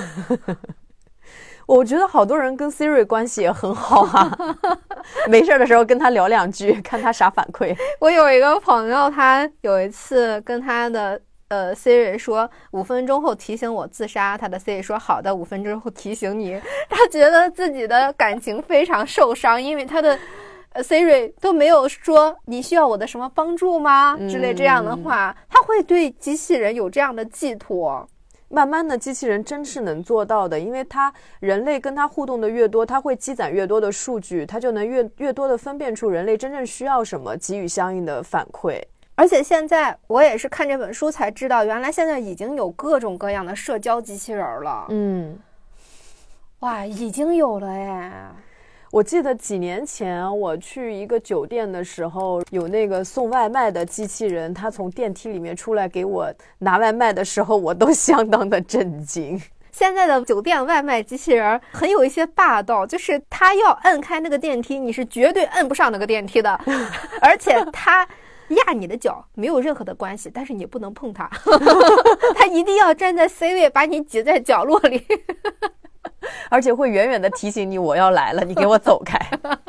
Speaker 2: 我觉得好多人跟 Siri 关系也很好没事的时候跟他聊2句，看他啥反馈。
Speaker 1: 我有一个朋友，他有一次跟他的Siri 说5分钟后提醒我自杀，他的 Siri 说好的，5分钟后提醒你。他觉得自己的感情非常受伤，因为他的Siri 都没有说你需要我的什么帮助吗之类这样的话，他会对机器人有这样的寄托。
Speaker 2: 慢慢的机器人真是能做到的，因为人类跟它互动的越多，它会积攒越多的数据，它就能越多的分辨出人类真正需要什么，给予相应的反馈。
Speaker 1: 而且现在我也是看这本书才知道，原来现在已经有各种各样的社交机器人了。哇，已经有了耶！
Speaker 2: 我记得几年前我去一个酒店的时候，有那个送外卖的机器人，他从电梯里面出来给我拿外卖的时候，我都相当的震惊。
Speaker 1: 现在的酒店外卖机器人很有一些霸道，就是他要摁开那个电梯，你是绝对摁不上那个电梯的，而且他压你的脚没有任何的关系，但是你不能碰它它一定要站在 C 位把你挤在角落里
Speaker 2: 而且会远远的提醒你我要来了，你给我走开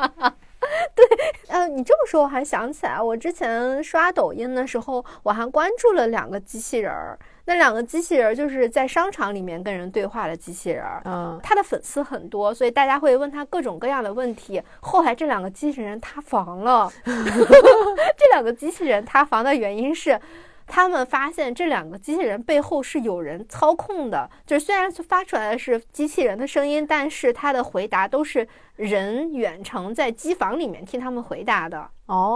Speaker 1: 对，你这么说我还想起来，我之前刷抖音的时候我还关注了2个机器人，那2个机器人就是在商场里面跟人对话的机器人。他的粉丝很多，所以大家会问他各种各样的问题。后来这2个机器人塌房了这2个机器人塌房的原因是他们发现这2个机器人背后是有人操控的，就是虽然发出来的是机器人的声音，但是他的回答都是人远程在机房里面替他们回答的。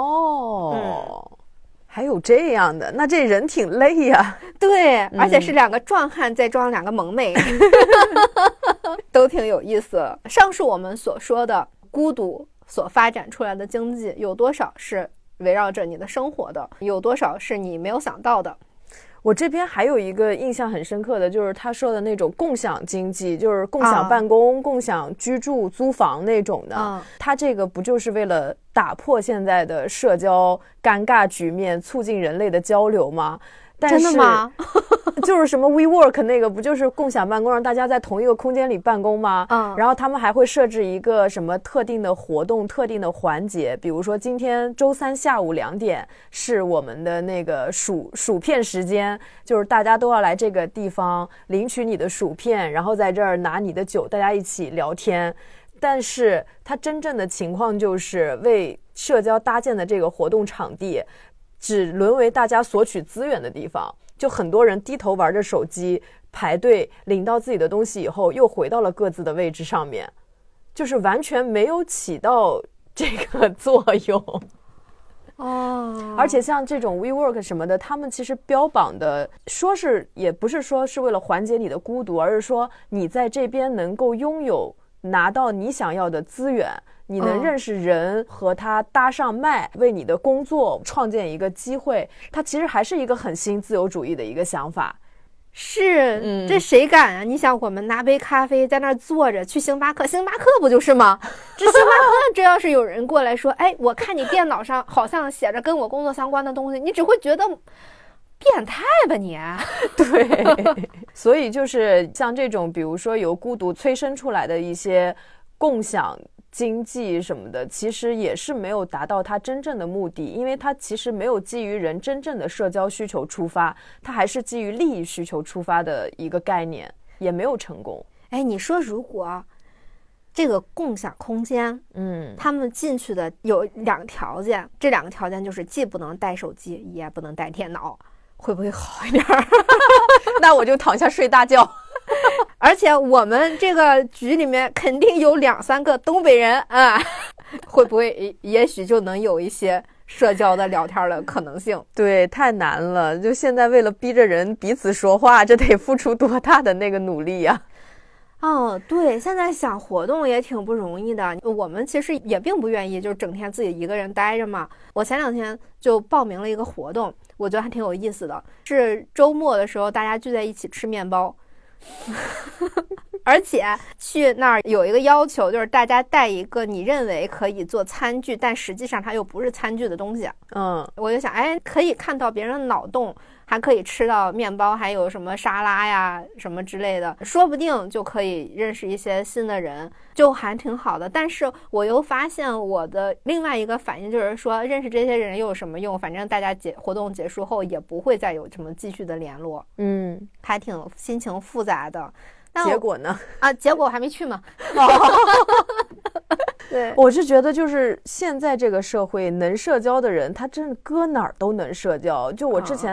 Speaker 2: 还有这样的，那这人挺累呀。
Speaker 1: 对，而且是2个壮汉在装2个萌妹都挺有意思。上述我们所说的孤独所发展出来的经济，有多少是围绕着你的生活的，有多少是你没有想到的。
Speaker 2: 我这边还有一个印象很深刻的，就是他说的那种共享经济，就是共享办公、共享居住、租房那种的。他这个不就是为了打破现在的社交尴尬局面，促进人类的交流吗？但是
Speaker 1: 真的吗？
Speaker 2: 就是什么 WeWork 那个不就是共享办公，让大家在同一个空间里办公吗？然后他们还会设置一个什么特定的活动、特定的环节，比如说今天周3下午2点是我们的那个薯片时间，就是大家都要来这个地方领取你的薯片，然后在这儿拿你的酒，大家一起聊天。但是它真正的情况就是为社交搭建的这个活动场地只沦为大家索取资源的地方，就很多人低头玩着手机，排队领到自己的东西以后又回到了各自的位置上面，就是完全没有起到这个作用。而且像这种 WeWork 什么的，他们其实标榜的说是也不是说是为了缓解你的孤独，而是说你在这边能够拥有拿到你想要的资源，你能认识人，和他搭上脉，为你的工作创建一个机会。它其实还是一个很新自由主义的一个想法。
Speaker 1: 是，这谁敢啊？你想我们拿杯咖啡在那儿坐着，去星巴克不就是吗？这星巴克这要是有人过来说，哎，我看你电脑上好像写着跟我工作相关的东西，你只会觉得变态吧你？
Speaker 2: 对，所以就是像这种比如说由孤独催生出来的一些共享经济什么的，其实也是没有达到它真正的目的，因为它其实没有基于人真正的社交需求出发，它还是基于利益需求出发的一个概念，也没有成功。
Speaker 1: 哎，你说如果这个共享空间，他们进去的有2个条件，这2个条件就是既不能带手机，也不能带电脑，会不会好一点？
Speaker 2: 那我就躺下睡大觉。
Speaker 1: 而且我们这个局里面肯定有2-3个东北人啊，会不会也许就能有一些社交的聊天的可能性？
Speaker 2: 对，太难了。就现在为了逼着人彼此说话，这得付出多大的那个努力呀！
Speaker 1: 对，现在想活动也挺不容易的。我们其实也并不愿意就整天自己一个人待着嘛。我前2天就报名了一个活动，我觉得还挺有意思的，是周末的时候大家聚在一起吃面包而且去那儿有一个要求，就是大家带一个你认为可以做餐具但实际上它又不是餐具的东西。我就想，哎，可以看到别人的脑洞，还可以吃到面包，还有什么沙拉呀什么之类的，说不定就可以认识一些新的人，就还挺好的。但是我又发现我的另外一个反应就是说，认识这些人又有什么用？反正大家活动结束后也不会再有什么继续的联络。还挺心情复杂的。
Speaker 2: 结果呢？
Speaker 1: 结果我还没去嘛。对，
Speaker 2: 我是觉得就是现在这个社会能社交的人，他真的搁哪儿都能社交。就我之前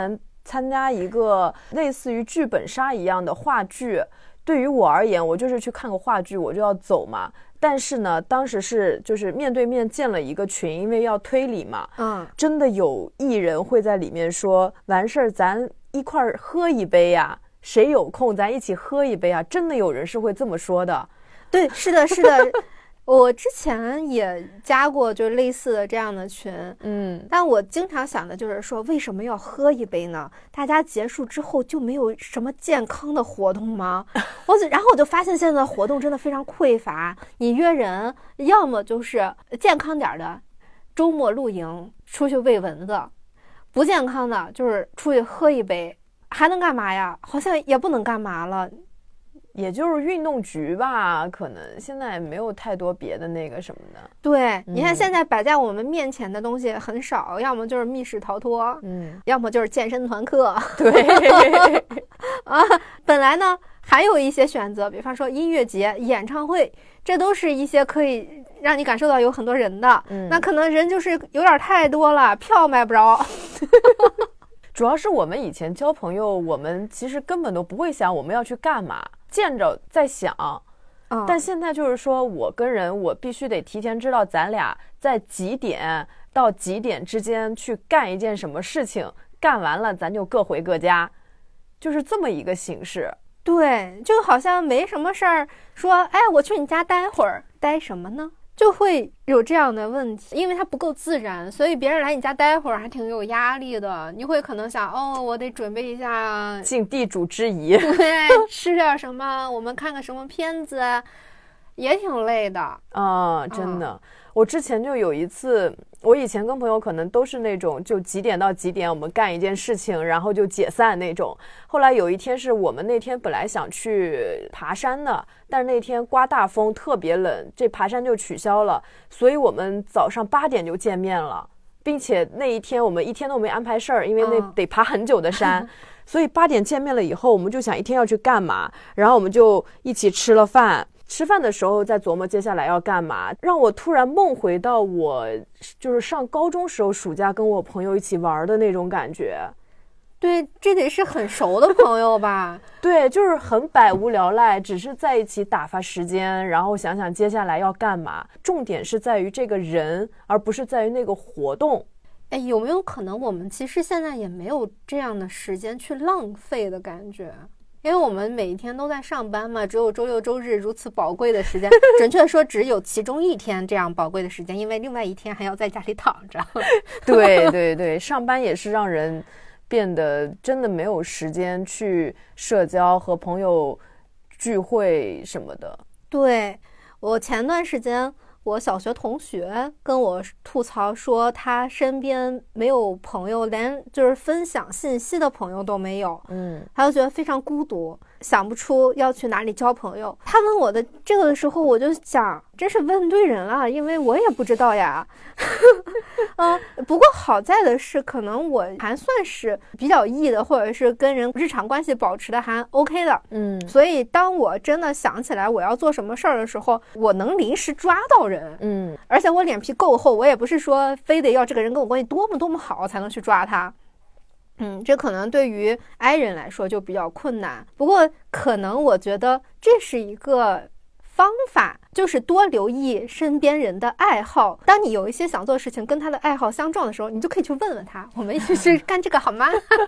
Speaker 2: 参加一个类似于剧本杀一样的话剧。对于我而言，我就是去看个话剧，我就要走嘛。但是呢，当时是就是面对面建了一个群，因为要推理嘛。真的有艺人会在里面说，完事儿咱一块儿喝一杯呀，谁有空咱一起喝一杯啊。真的有人是会这么说的。
Speaker 1: 对，是的，是的。我之前也加过就类似的这样的群，但我经常想的就是说，为什么要喝一杯呢？大家结束之后就没有什么健康的活动吗？然后我就发现现在活动真的非常匮乏，你约人要么就是健康点的周末露营出去喂蚊子，不健康的就是出去喝一杯，还能干嘛呀？好像也不能干嘛了。
Speaker 2: 也就是运动局吧，可能现在没有太多别的那个什么的。
Speaker 1: 对，你看现在摆在我们面前的东西很少，要么就是密室逃脱，要么就是健身团课。
Speaker 2: 对
Speaker 1: 本来呢还有一些选择，比方说音乐节、演唱会，这都是一些可以让你感受到有很多人的。那可能人就是有点太多了，票买不着。
Speaker 2: 主要是我们以前交朋友，我们其实根本都不会想我们要去干嘛，见着再想。但现在就是说我跟人，我必须得提前知道咱俩在几点到几点之间去干一件什么事情，干完了咱就各回各家，就是这么一个形式。
Speaker 1: 对，就好像没什么事儿，说哎我去你家待会儿，待什么呢？就会有这样的问题，因为它不够自然，所以别人来你家待会儿还挺有压力的。你会可能想，我得准备一下，
Speaker 2: 尽地主之谊，
Speaker 1: 对，吃点什么，我们看个什么片子，也挺累的
Speaker 2: 真的。我之前就有一次，我以前跟朋友可能都是那种就几点到几点我们干一件事情，然后就解散那种。后来有一天是我们那天本来想去爬山的，但是那天刮大风特别冷，这爬山就取消了，所以我们早上8点就见面了，并且那一天我们一天都没安排事儿，因为那得爬很久的山所以8点见面了以后，我们就想一天要去干嘛，然后我们就一起吃了饭。吃饭的时候在琢磨接下来要干嘛，让我突然梦回到我就是上高中时候暑假跟我朋友一起玩的那种感觉。
Speaker 1: 对，这得是很熟的朋友吧
Speaker 2: 对，就是很百无聊赖，只是在一起打发时间，然后想想接下来要干嘛。重点是在于这个人，而不是在于那个活动。
Speaker 1: 有没有可能我们其实现在也没有这样的时间去浪费的感觉？因为我们每一天都在上班嘛，只有周六周日如此宝贵的时间，准确说只有其中一天这样宝贵的时间，因为另外一天还要在家里躺着
Speaker 2: 对对对，上班也是让人变得真的没有时间去社交和朋友聚会什么的。
Speaker 1: 对，我前段时间我小学同学跟我吐槽说，他身边没有朋友，连就是分享信息的朋友都没有，他就觉得非常孤独，想不出要去哪里交朋友。他问我的这个的时候，我就想，真是问对人了，因为我也不知道呀。不过好在的是，可能我还算是比较 E 的，或者是跟人日常关系保持的还 OK 的，所以当我真的想起来我要做什么事儿的时候，我能临时抓到人，而且我脸皮够厚，我也不是说非得要这个人跟我关系多么多么好才能去抓他。这可能对于 I 人来说就比较困难，不过可能我觉得这是一个方法，就是多留意身边人的爱好。当你有一些想做的事情跟他的爱好相撞的时候，你就可以去问问他，我们一起去干这个好吗？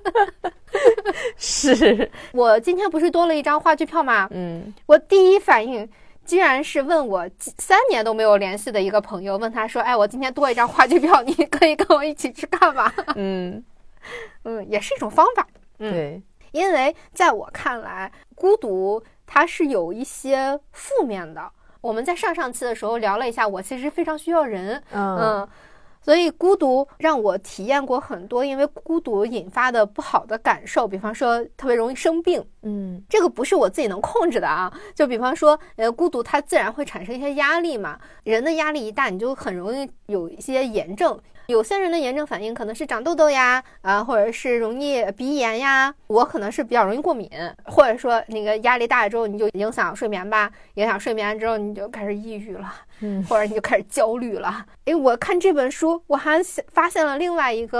Speaker 2: 是，
Speaker 1: 我今天不是多了一张话剧票吗？我第一反应居然是问我3年都没有联系的一个朋友，问他说，我今天多一张话剧票，你可以跟我一起去干嘛？也是一种方法。
Speaker 2: 对，
Speaker 1: 因为在我看来，孤独它是有一些负面的。我们在上期的时候聊了一下，我其实非常需要人，所以孤独让我体验过很多因为孤独引发的不好的感受，比方说特别容易生病，这个不是我自己能控制的啊。就比方说孤独它自然会产生一些压力嘛，人的压力一大，你就很容易有一些炎症。有些人的炎症反应可能是长痘痘呀，或者是容易鼻炎呀，我可能是比较容易过敏，或者说那个压力大了之后你就影响睡眠吧，影响睡眠之后你就开始抑郁了，或者你就开始焦虑了。我看这本书我还发现了另外一个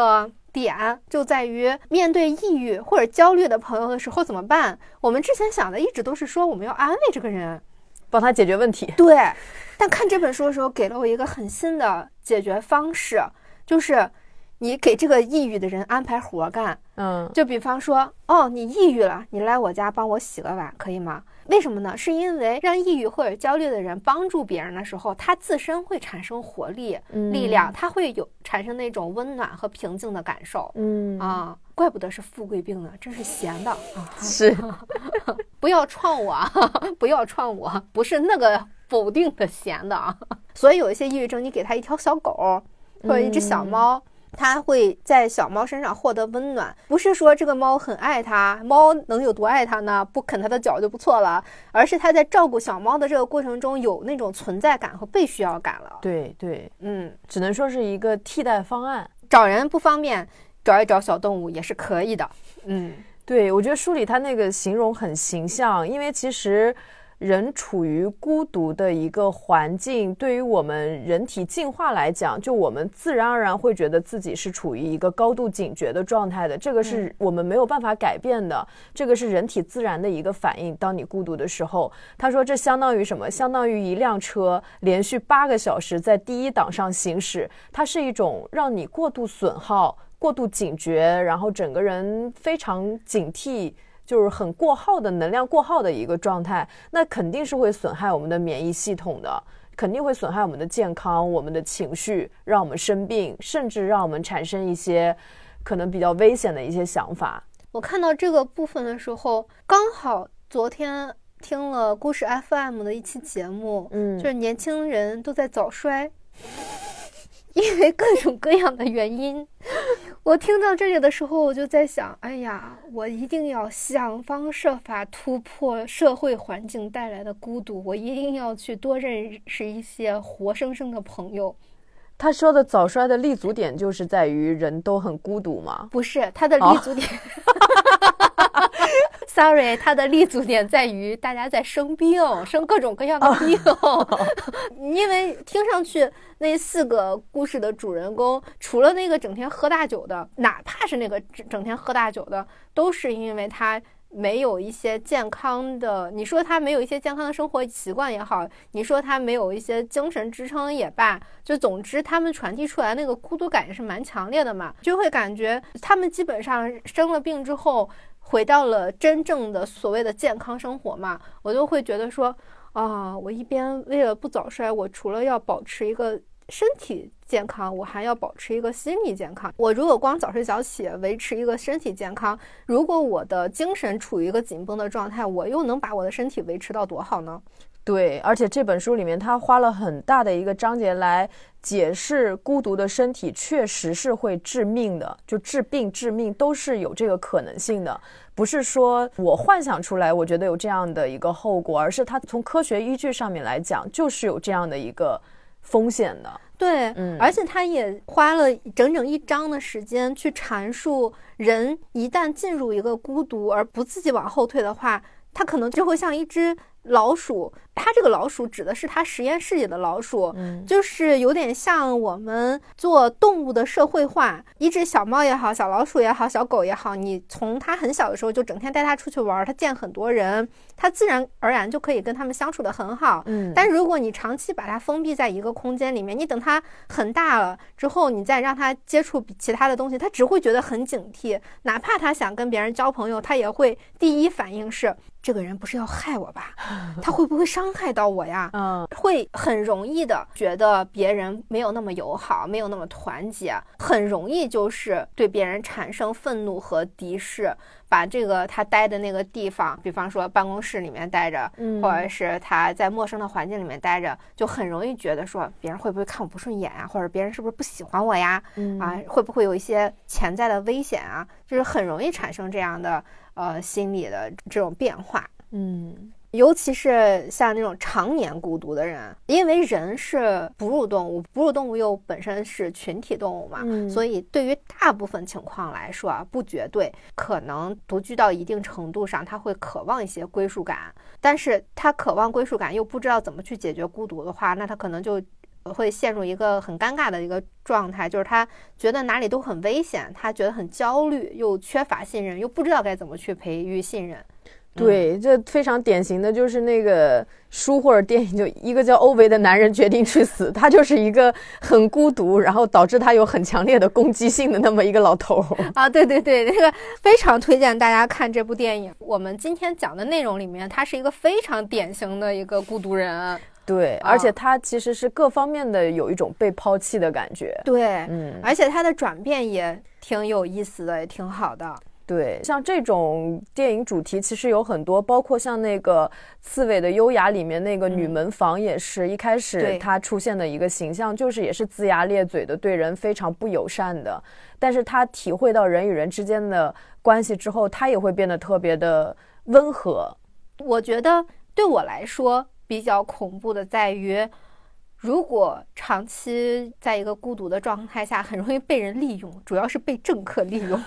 Speaker 1: 点就在于面对抑郁或者焦虑的朋友的时候怎么办？我们之前想的一直都是说我们要安慰这个人，
Speaker 2: 帮他解决问题。
Speaker 1: 对，但看这本书的时候给了我一个很新的解决方式，就是你给这个抑郁的人安排活干。就比方说，你抑郁了，你来我家帮我洗个碗，可以吗？为什么呢？是因为让抑郁或者焦虑的人帮助别人的时候，他自身会产生活力、力量，他会产生那种温暖和平静的感受。怪不得是富贵病呢，真是闲的啊！
Speaker 2: 是，
Speaker 1: 不要创我，不要创我，不是那个否定的闲的啊。所以有一些抑郁症，你给他一条小狗或者一只小猫。他会在小猫身上获得温暖，不是说这个猫很爱它，猫能有多爱它呢？不啃它的脚就不错了，而是他在照顾小猫的这个过程中有那种存在感和被需要感了。
Speaker 2: 对，只能说是一个替代方案。
Speaker 1: 找人不方便，找一找小动物也是可以的。
Speaker 2: 对，我觉得书里他那个形容很形象，因为其实人处于孤独的一个环境，对于我们人体进化来讲，就我们自然而然会觉得自己是处于一个高度警觉的状态的，这个是我们没有办法改变的，这个是人体自然的一个反应。当你孤独的时候，他说这相当于什么？相当于一辆车连续8个小时在第一档上行驶，它是一种让你过度损耗、过度警觉，然后整个人非常警惕，就是很过耗的能量过耗的一个状态，那肯定是会损害我们的免疫系统的，肯定会损害我们的健康、我们的情绪，让我们生病，甚至让我们产生一些可能比较危险的一些想法。
Speaker 1: 我看到这个部分的时候，刚好昨天听了故事 FM 的一期节目，就是年轻人都在早衰，因为各种各样的原因。我听到这里的时候，我就在想，哎呀，我一定要想方设法突破社会环境带来的孤独，我一定要去多认识一些活生生的朋友。
Speaker 2: 他说的早衰的立足点就是在于人都很孤独吗？
Speaker 1: 不是，他的立足点Sorry， 他的立足点在于大家在生病，生各种各样的病。因为听上去那4个故事的主人公，除了那个整天喝大酒的，哪怕是那个整天喝大酒的，都是因为他没有一些健康的，你说他没有一些健康的生活习惯也好，你说他没有一些精神支撑也罢，就总之他们传递出来那个孤独感也是蛮强烈的嘛，就会感觉他们基本上生了病之后回到了真正的所谓的健康生活嘛，我就会觉得说我一边为了不早衰，我除了要保持一个身体健康，我还要保持一个心理健康。我如果光早睡早起维持一个身体健康，如果我的精神处于一个紧绷的状态，我又能把我的身体维持到多好呢？
Speaker 2: 对，而且这本书里面他花了很大的一个章节来解释孤独的身体确实是会致命的，就治病致命都是有这个可能性的，不是说我幻想出来我觉得有这样的一个后果，而是他从科学依据上面来讲就是有这样的一个风险的。
Speaker 1: 对，而且他也花了整整1章的时间去阐述，人一旦进入一个孤独而不自己往后退的话，他可能就会像一只老鼠，它这个老鼠指的是它实验室里的老鼠，就是有点像我们做动物的社会化，一只小猫也好，小老鼠也好，小狗也好，你从它很小的时候就整天带它出去玩，它见很多人，它自然而然就可以跟它们相处得很好。但如果你长期把它封闭在一个空间里面，你等它很大了之后，你再让它接触其他的东西，它只会觉得很警惕，哪怕它想跟别人交朋友，它也会第一反应是这个人不是要害我吧？他会不会伤害到我呀？会很容易的觉得别人没有那么友好，没有那么团结，很容易就是对别人产生愤怒和敌视，把这个他待的那个地方，比方说办公室里面待着，或者是他在陌生的环境里面待着，就很容易觉得说别人会不会看我不顺眼啊，或者别人是不是不喜欢我呀？会不会有一些潜在的危险啊？就是很容易产生这样的心理的这种变化。尤其是像那种常年孤独的人，因为人是哺乳动物，哺乳动物又本身是群体动物嘛，所以对于大部分情况来说啊，不绝对，可能独居到一定程度上，他会渴望一些归属感，但是他渴望归属感又不知道怎么去解决孤独的话，那他可能就会陷入一个很尴尬的一个状态，就是他觉得哪里都很危险，他觉得很焦虑，又缺乏信任，又不知道该怎么去培育信任。
Speaker 2: 对，这非常典型的就是那个书或者电影，就一个叫欧维的男人决定去死，他就是一个很孤独，然后导致他有很强烈的攻击性的那么一个老头
Speaker 1: 啊。对对对，那个非常推荐大家看这部电影。我们今天讲的内容里面，他是一个非常典型的一个孤独人。
Speaker 2: 对，而且他其实是各方面的有一种被抛弃的感觉。
Speaker 1: 对，而且他的转变也挺有意思的，也挺好的。
Speaker 2: 对，像这种电影主题其实有很多，包括像那个《刺猬的优雅》里面那个女门房也是，一开始她出现的一个形象就是也是龇牙咧嘴的，对人非常不友善的，但是她体会到人与人之间的关系之后，她也会变得特别的温和。
Speaker 1: 我觉得对我来说比较恐怖的在于，如果长期在一个孤独的状态下，很容易被人利用，主要是被政客利用。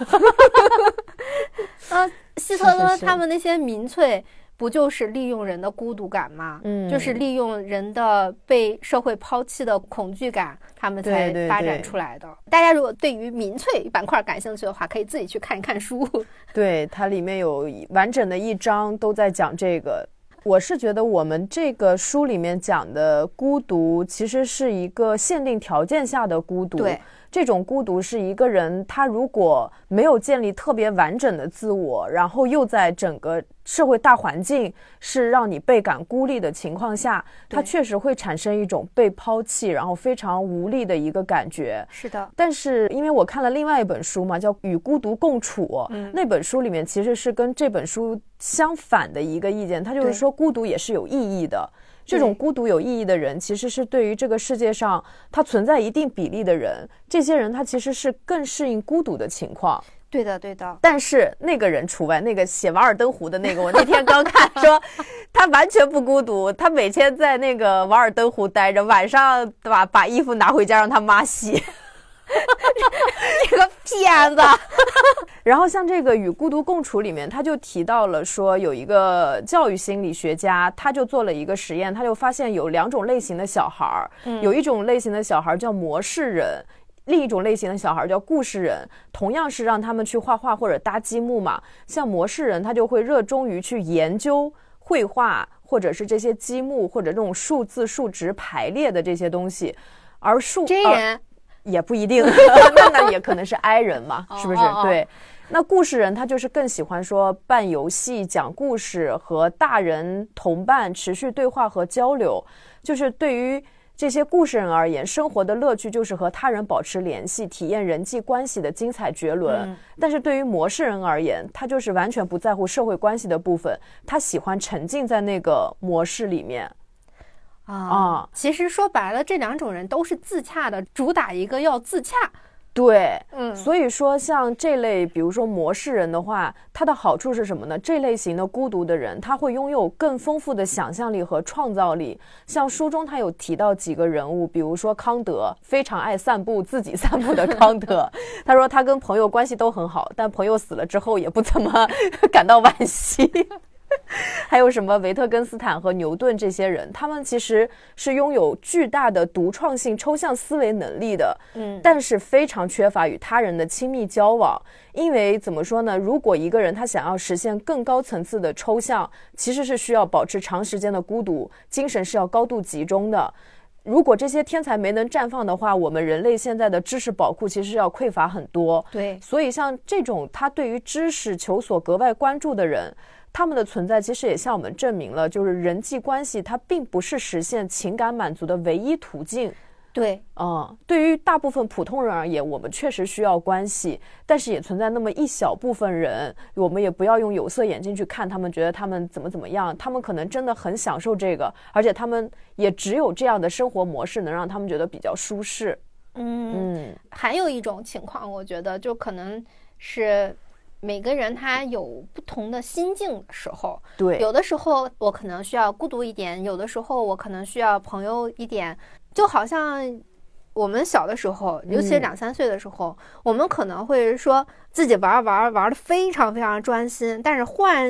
Speaker 1: 希特勒他们那些民粹不就是利用人的孤独感吗？就是利用人的被社会抛弃的恐惧感，他们才发展出来的。大家如果对于民粹板块感兴趣的话，可以自己去看一看书。对，
Speaker 2: 它里面有完整的一章都在讲这个。我是觉得我们这个书里面讲的孤独其实是一个限定条件下的孤独。
Speaker 1: 对，
Speaker 2: 这种孤独是一个人他如果没有建立特别完整的自我，然后又在整个社会大环境是让你倍感孤立的情况下，他确实会产生一种被抛弃然后非常无力的一个感觉。
Speaker 1: 是的。
Speaker 2: 但是因为我看了另外一本书嘛，叫《与孤独共处》，那本书里面其实是跟这本书相反的一个意见，他就是说孤独也是有意义的。这种孤独有意义的人，其实是对于这个世界上他存在一定比例的人，这些人他其实是更适应孤独的情况。
Speaker 1: 对的对的。
Speaker 2: 但是那个人除外，那个写《瓦尔登湖》的那个，我那天刚看说他完全不孤独，他每天在那个瓦尔登湖待着，晚上对吧，把衣服拿回家让他妈洗。
Speaker 1: 你个骗子。
Speaker 2: 然后像这个《与孤独共处》里面，他就提到了说，有一个教育心理学家，他就做了一个实验，他就发现有两种类型的小孩，有一种类型的小孩叫模式人，另一种类型的小孩叫故事人，同样是让他们去画画或者搭积木嘛。像模式人，他就会热衷于去研究绘画或者是这些积木或者这种数字数值排列的这些东西，而
Speaker 1: 这人
Speaker 2: 也不一定那也可能是 I 人嘛，是不是？对。那故事人他就是更喜欢说办游戏、讲故事，和大人同伴持续对话和交流。就是对于这些故事人而言，生活的乐趣就是和他人保持联系，体验人际关系的精彩绝伦。但是对于模式人而言，他就是完全不在乎社会关系的部分，他喜欢沉浸在那个模式里面。
Speaker 1: 其实说白了，这两种人都是自洽的，主打一个要自洽。
Speaker 2: 对，所以说像这类比如说模式人的话，它的好处是什么呢？这类型的孤独的人，他会拥有更丰富的想象力和创造力。像书中他有提到几个人物，比如说康德，非常爱散步，自己散步的康德他说他跟朋友关系都很好，但朋友死了之后也不怎么感到惋惜还有什么维特根斯坦和牛顿这些人，他们其实是拥有巨大的独创性抽象思维能力的，但是非常缺乏与他人的亲密交往。因为怎么说呢，如果一个人他想要实现更高层次的抽象，其实是需要保持长时间的孤独，精神是要高度集中的。如果这些天才没能绽放的话，我们人类现在的知识宝库其实要匮乏很多。
Speaker 1: 对，
Speaker 2: 所以像这种他对于知识求索格外关注的人，他们的存在其实也向我们证明了，就是人际关系它并不是实现情感满足的唯一途径。
Speaker 1: 对，
Speaker 2: 对于大部分普通人而言，我们确实需要关系，但是也存在那么一小部分人，我们也不要用有色眼镜去看他们，觉得他们怎么样，他们可能真的很享受这个，而且他们也只有这样的生活模式能让他们觉得比较舒适。
Speaker 1: 还有一种情况，我觉得就可能是每个人他有不同的心境的时候，
Speaker 2: 对，
Speaker 1: 有的时候我可能需要孤独一点，有的时候我可能需要朋友一点。就好像我们小的时候，尤其是2、3岁的时候，我们可能会说自己玩的非常非常专心，但是换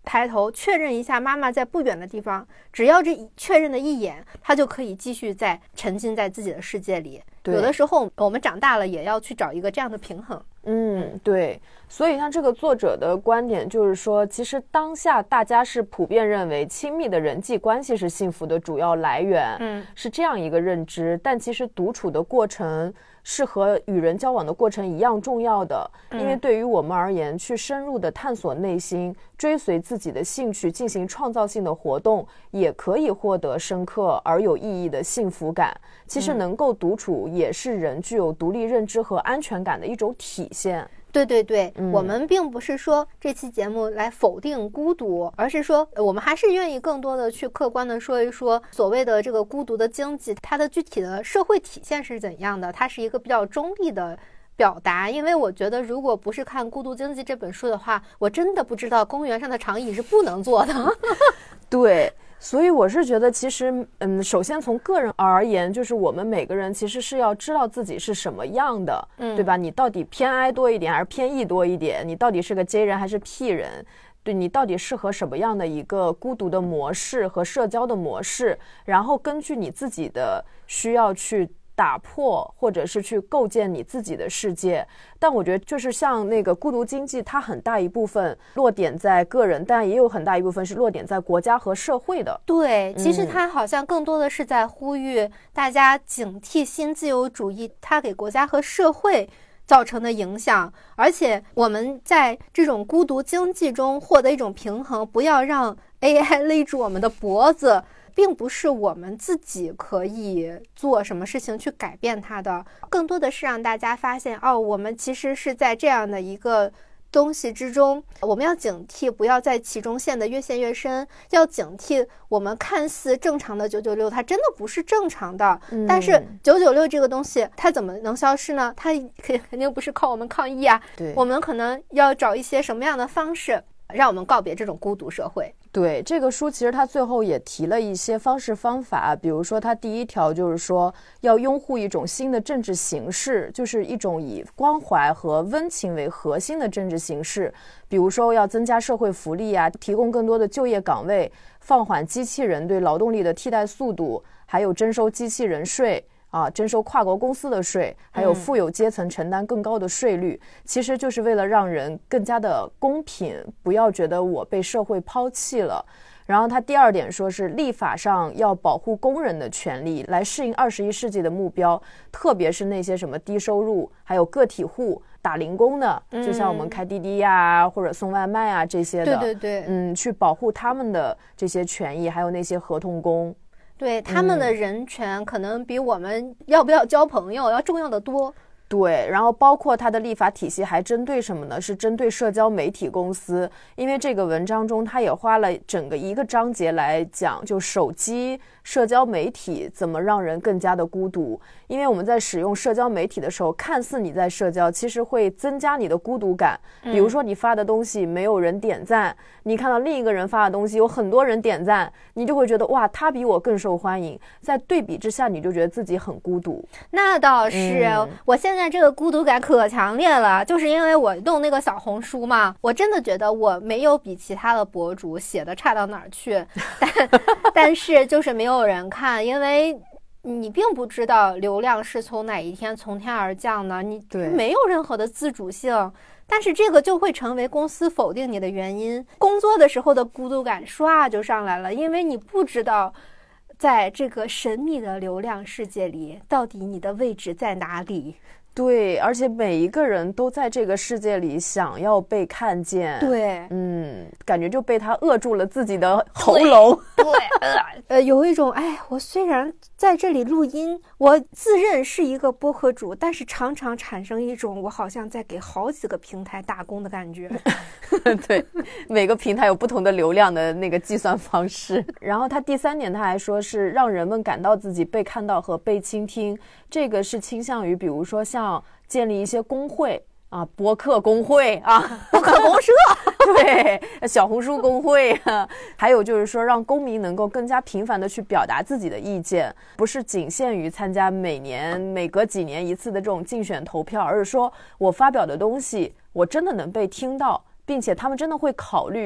Speaker 1: 抬头确认一下妈妈在不远的地方，只要这确认的一眼，他就可以继续再沉浸在自己的世界里。有的时候我们长大了也要去找一个这样的平衡。
Speaker 2: 对，所以像这个作者的观点就是说，其实当下大家是普遍认为亲密的人际关系是幸福的主要来源，是这样一个认知，但其实独处的过程是和与人交往的过程一样重要的，因为对于我们而言，去深入的探索内心，追随自己的兴趣，进行创造性的活动，也可以获得深刻而有意义的幸福感。其实能够独处也是人具有独立认知和安全感的一种体现。
Speaker 1: 对对对，我们并不是说这期节目来否定孤独，而是说我们还是愿意更多的去客观的说一说所谓的这个孤独的经济，它的具体的社会体现是怎样的，它是一个比较中立的表达。因为我觉得如果不是看《孤独经济》这本书的话，我真的不知道公园上的长椅是不能坐的。
Speaker 2: 对，所以我是觉得其实首先从个人而言，就是我们每个人其实是要知道自己是什么样的，对吧？你到底偏 I 多一点还是偏 E 多一点？你到底是个 J 人还是 P 人？对，你到底适合什么样的一个孤独的模式和社交的模式，然后根据你自己的需要去打破或者是去构建你自己的世界。但我觉得就是像那个孤独经济，它很大一部分落点在个人，但也有很大一部分是落点在国家和社会的。
Speaker 1: 对，其实它好像更多的是在呼吁大家警惕新自由主义它给国家和社会造成的影响，而且我们在这种孤独经济中获得一种平衡，不要让 AI 勒住我们的脖子，并不是我们自己可以做什么事情去改变它的，更多的是让大家发现，我们其实是在这样的一个东西之中，我们要警惕，不要在其中陷得越陷越深，要警惕我们看似正常的996，它真的不是正常的。但是996这个东西，它怎么能消失呢？它肯定不是靠我们抗议啊，
Speaker 2: 对，
Speaker 1: 我们可能要找一些什么样的方式，让我们告别这种孤独社会。
Speaker 2: 对，这个书其实它最后也提了一些方式方法，比如说它第一条就是说要拥护一种新的政治形式，就是一种以关怀和温情为核心的政治形式，比如说要增加社会福利啊，提供更多的就业岗位，放缓机器人对劳动力的替代速度，还有征收机器人税征收跨国公司的税，还有富有阶层承担更高的税率，其实就是为了让人更加的公平，不要觉得我被社会抛弃了。然后他第二点说是立法上要保护工人的权利，来适应21世纪的目标，特别是那些什么低收入还有个体户打零工的，就像我们开滴滴呀或者送外卖啊这些的，
Speaker 1: 对对对，
Speaker 2: 去保护他们的这些权益，还有那些合同工，
Speaker 1: 对，他们的人权可能比我们要不要交朋友要重要的多。
Speaker 2: 对，然后包括它的立法体系还针对什么呢？是针对社交媒体公司，因为这个文章中他也花了整个一个章节来讲，就手机社交媒体怎么让人更加的孤独。因为我们在使用社交媒体的时候，看似你在社交，其实会增加你的孤独感。比如说你发的东西没有人点赞，你看到另一个人发的东西有很多人点赞，你就会觉得哇，他比我更受欢迎，在对比之下你就觉得自己很孤独。
Speaker 1: 那倒是，我现在这个孤独感可强烈了，就是因为我用那个小红书嘛，我真的觉得我没有比其他的博主写的差到哪儿去，但是就是没有人看，因为你并不知道流量是从哪一天从天而降的，你没有任何的自主性，但是这个就会成为公司否定你的原因。工作的时候的孤独感唰就上来了，因为你不知道在这个神秘的流量世界里到底你的位置在哪里。
Speaker 2: 对，而且每一个人都在这个世界里想要被看见。
Speaker 1: 对，
Speaker 2: 感觉就被他扼住了自己的喉咙。
Speaker 1: 对，有一种我虽然在这里录音，我自认是一个播客主，但是常常产生一种我好像在给好几个平台打工的感觉。
Speaker 2: 对，每个平台有不同的流量的那个计算方式。然后他第三点他还说是让人们感到自己被看到和被倾听，这个是倾向于比如说像建立一些工会播客工会
Speaker 1: 播客公社
Speaker 2: 对，小红书工会还有就是说让公民能够更加频繁的去表达自己的意见，不是仅限于参加每隔几年一次的这种竞选投票，而是说我发表的东西我真的能被听到，并且他们真的会考虑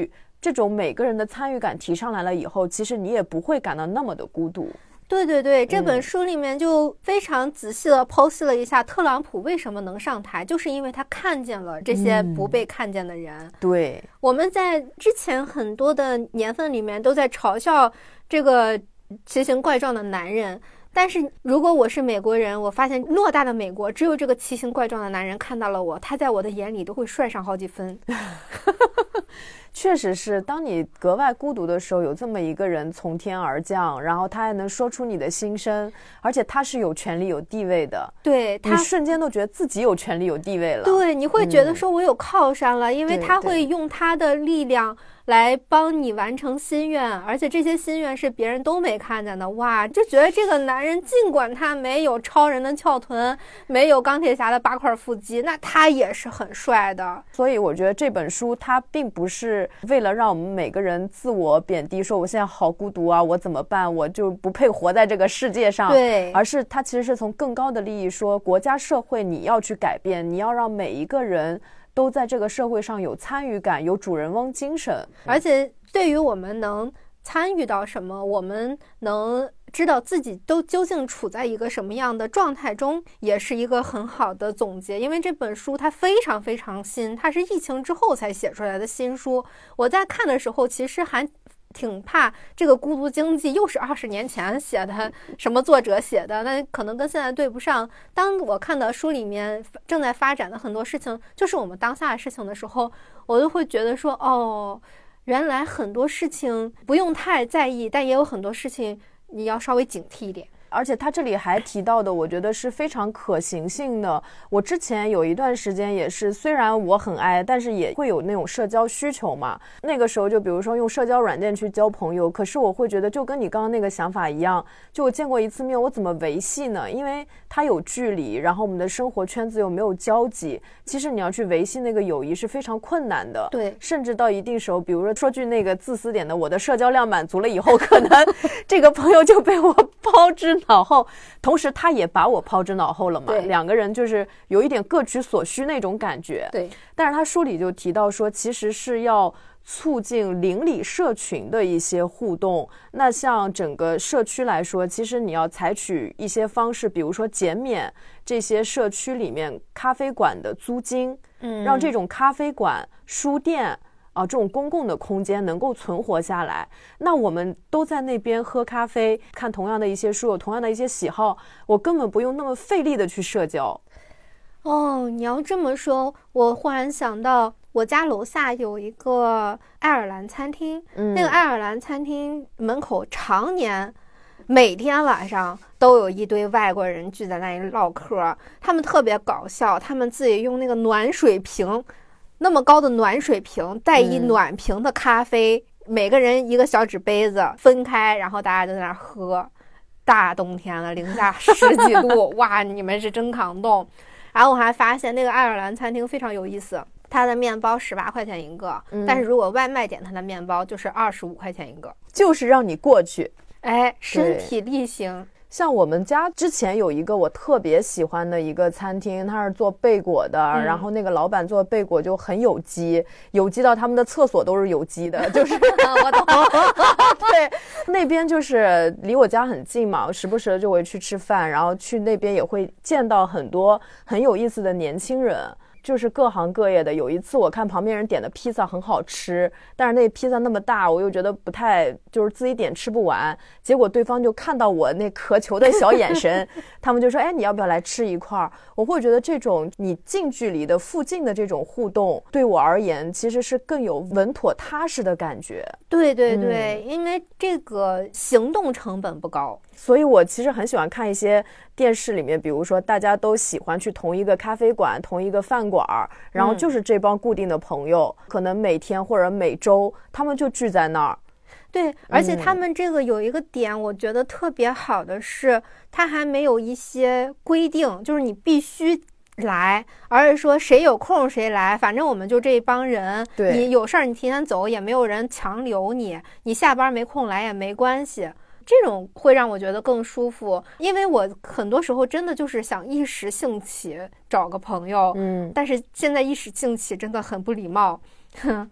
Speaker 2: 这种每个人的参与感提上来了以后，其实你也不会感到那么的孤独。
Speaker 1: 对对对，这本书里面就非常仔细的剖析了一下特朗普为什么能上台，就是因为他看见了这些不被看见的人。
Speaker 2: 对，
Speaker 1: 我们在之前很多的年份里面都在嘲笑这个奇形怪状的男人，但是如果我是美国人，我发现偌大的美国只有这个奇形怪状的男人看到了我，他在我的眼里都会帅上好几分。
Speaker 2: 确实是，当你格外孤独的时候，有这么一个人从天而降，然后他还能说出你的心声，而且他是有权利有地位的。
Speaker 1: 对，
Speaker 2: 你瞬间都觉得自己有权利有地位了。
Speaker 1: 对，你会觉得说我有靠山了，因为他会用他的力量来帮你完成心愿，而且这些心愿是别人都没看见的。哇，就觉得这个男人尽管他没有超人的翘臀，没有钢铁侠的8块腹肌，那他也是很帅的。
Speaker 2: 所以我觉得这本书它并不是为了让我们每个人自我贬低，说我现在好孤独啊，我怎么办，我就不配活在这个世界上。
Speaker 1: 对，
Speaker 2: 而是它其实是从更高的利益说，国家社会你要去改变，你要让每一个人都在这个社会上有参与感，有主人翁精神。
Speaker 1: 而且对于我们能参与到什么，我们能知道自己都究竟处在一个什么样的状态中，也是一个很好的总结。因为这本书它非常非常新，它是疫情之后才写出来的新书。我在看的时候其实还挺怕这个孤独经济又是20年前写的，什么作者写的，那可能跟现在对不上。当我看到书里面正在发展的很多事情就是我们当下的事情的时候，我就会觉得说，哦，原来很多事情不用太在意，但也有很多事情你要稍微警惕一点。
Speaker 2: 而且他这里还提到的，我觉得是非常可行性的。我之前有一段时间也是，虽然我很爱，但是也会有那种社交需求嘛。那个时候就比如说用社交软件去交朋友，可是我会觉得就跟你刚刚那个想法一样，就我见过一次面，我怎么维系呢？因为它有距离，然后我们的生活圈子又没有交集，其实你要去维系那个友谊是非常困难的。
Speaker 1: 对，
Speaker 2: 甚至到一定时候，比如说句那个自私点的，我的社交量满足了以后，可能这个朋友就被我抛之脑后，同时他也把我抛之脑后了嘛。两个人就是有一点各取所需那种感觉。
Speaker 1: 对，
Speaker 2: 但是他书里就提到说，其实是要促进邻里社群的一些互动。那像整个社区来说，其实你要采取一些方式，比如说减免这些社区里面咖啡馆的租金，让这种咖啡馆、书店这种公共的空间能够存活下来。那我们都在那边喝咖啡，看同样的一些书，有同样的一些喜好，我根本不用那么费力的去社交。
Speaker 1: 哦，你要这么说，我忽然想到我家楼下有一个爱尔兰餐厅，那个爱尔兰餐厅门口常年每天晚上都有一堆外国人聚在那里唠嗑，他们特别搞笑，他们自己用那个暖水瓶，那么高的暖水瓶带一暖瓶的咖啡，每个人一个小纸杯子分开，然后大家就在那喝。大冬天了，零下10几度，哇，你们是真抗冻。然后我还发现那个爱尔兰餐厅非常有意思，它的面包18块钱一个，但是如果外卖点它的面包就是25块钱一个，
Speaker 2: 就是让你过去，
Speaker 1: 哎，身体力行。
Speaker 2: 像我们家之前有一个我特别喜欢的一个餐厅，它是做贝果的，然后那个老板做贝果就很有机，有机到他们的厕所都是有机的，就是
Speaker 1: 我懂
Speaker 2: 对，那边就是离我家很近嘛，我时不时的就会去吃饭，然后去那边也会见到很多很有意思的年轻人，就是各行各业的。有一次我看旁边人点的披萨很好吃，但是那披萨那么大，我又觉得不太，就是自己点吃不完，结果对方就看到我那渴求的小眼神他们就说，哎，你要不要来吃一块？我会觉得这种你近距离的附近的这种互动对我而言其实是更有稳妥踏实的感觉。
Speaker 1: 对对对，因为这个行动成本不高，
Speaker 2: 所以我其实很喜欢看一些电视里面，比如说大家都喜欢去同一个咖啡馆、同一个饭馆，然后就是这帮固定的朋友，可能每天或者每周他们就聚在那儿。
Speaker 1: 对，而且他们这个有一个点我觉得特别好的是，他还没有一些规定，就是你必须来，而是说谁有空谁来，反正我们就这一帮人，你有事儿你提前走也没有人强留你，你下班没空来也没关系，这种会让我觉得更舒服。因为我很多时候真的就是想一时兴起找个朋友，但是现在一时兴起真的很不礼貌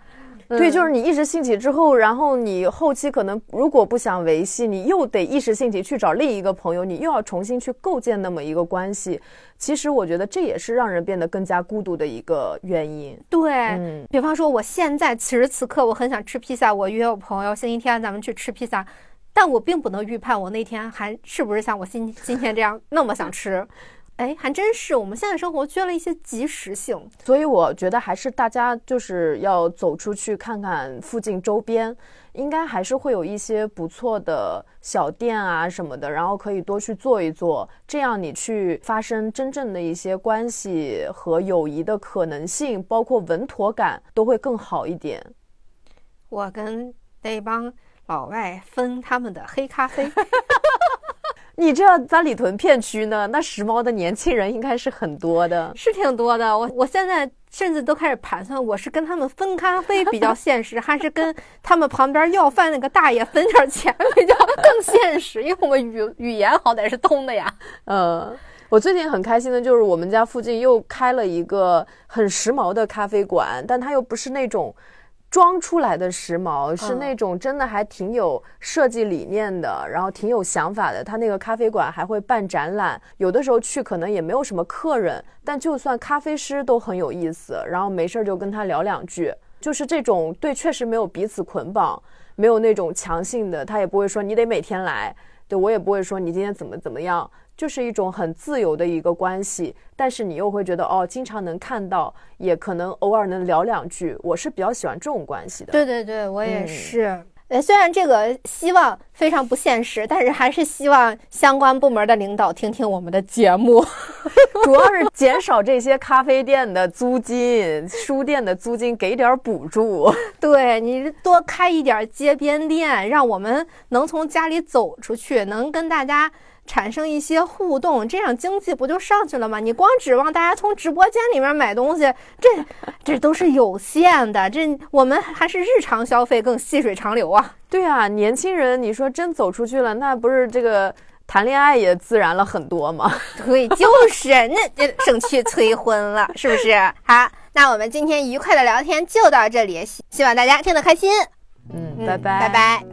Speaker 2: 对，就是你一时兴起之后，然后你后期可能如果不想维系，你又得一时兴起去找另一个朋友，你又要重新去构建那么一个关系。其实我觉得这也是让人变得更加孤独的一个原因。
Speaker 1: 对，比方说我现在此时此刻我很想吃披萨，我约我朋友星期天咱们去吃披萨，但我并不能预判我那天还是不是像我今天这样那么想吃。哎，还真是，我们现在生活缺了一些及时性，
Speaker 2: 所以我觉得还是大家就是要走出去看看附近周边，应该还是会有一些不错的小店啊什么的，然后可以多去做一做，这样你去发生真正的一些关系和友谊的可能性，包括稳妥感都会更好一点。
Speaker 1: 我跟那帮老外分他们的黑咖啡。
Speaker 2: 你这在里屯片区呢，那时髦的年轻人应该是很多的，
Speaker 1: 是挺多的。我现在甚至都开始盘算，我是跟他们分咖啡比较现实，还是跟他们旁边要饭那个大爷分点钱比较更现实？因为我们语言好歹是通的呀。
Speaker 2: 我最近很开心的就是我们家附近又开了一个很时髦的咖啡馆，但它又不是那种装出来的时髦，是那种真的还挺有设计理念的，然后挺有想法的。他那个咖啡馆还会办展览，有的时候去可能也没有什么客人，但就算咖啡师都很有意思，然后没事就跟他聊两句，就是这种对，确实没有彼此捆绑，没有那种强性的，他也不会说你得每天来，对，我也不会说你今天怎么样，就是一种很自由的一个关系，但是你又会觉得经常能看到，也可能偶尔能聊两句，我是比较喜欢这种关系的。
Speaker 1: 对对对，我也是。虽然这个希望非常不现实，但是还是希望相关部门的领导听听我们的节目，
Speaker 2: 主要是减少这些咖啡店的租金、书店的租金，给点补助。
Speaker 1: 对，你多开一点街边店，让我们能从家里走出去，能跟大家产生一些互动，这样经济不就上去了吗？你光指望大家从直播间里面买东西，这都是有限的，这我们还是日常消费更细水长流啊。
Speaker 2: 对啊，年轻人你说真走出去了，那不是这个谈恋爱也自然了很多吗？
Speaker 1: 对，就是那省去催婚了，是不是？好，那我们今天愉快的聊天就到这里，希望大家听得开心。
Speaker 2: 拜拜，
Speaker 1: 拜拜。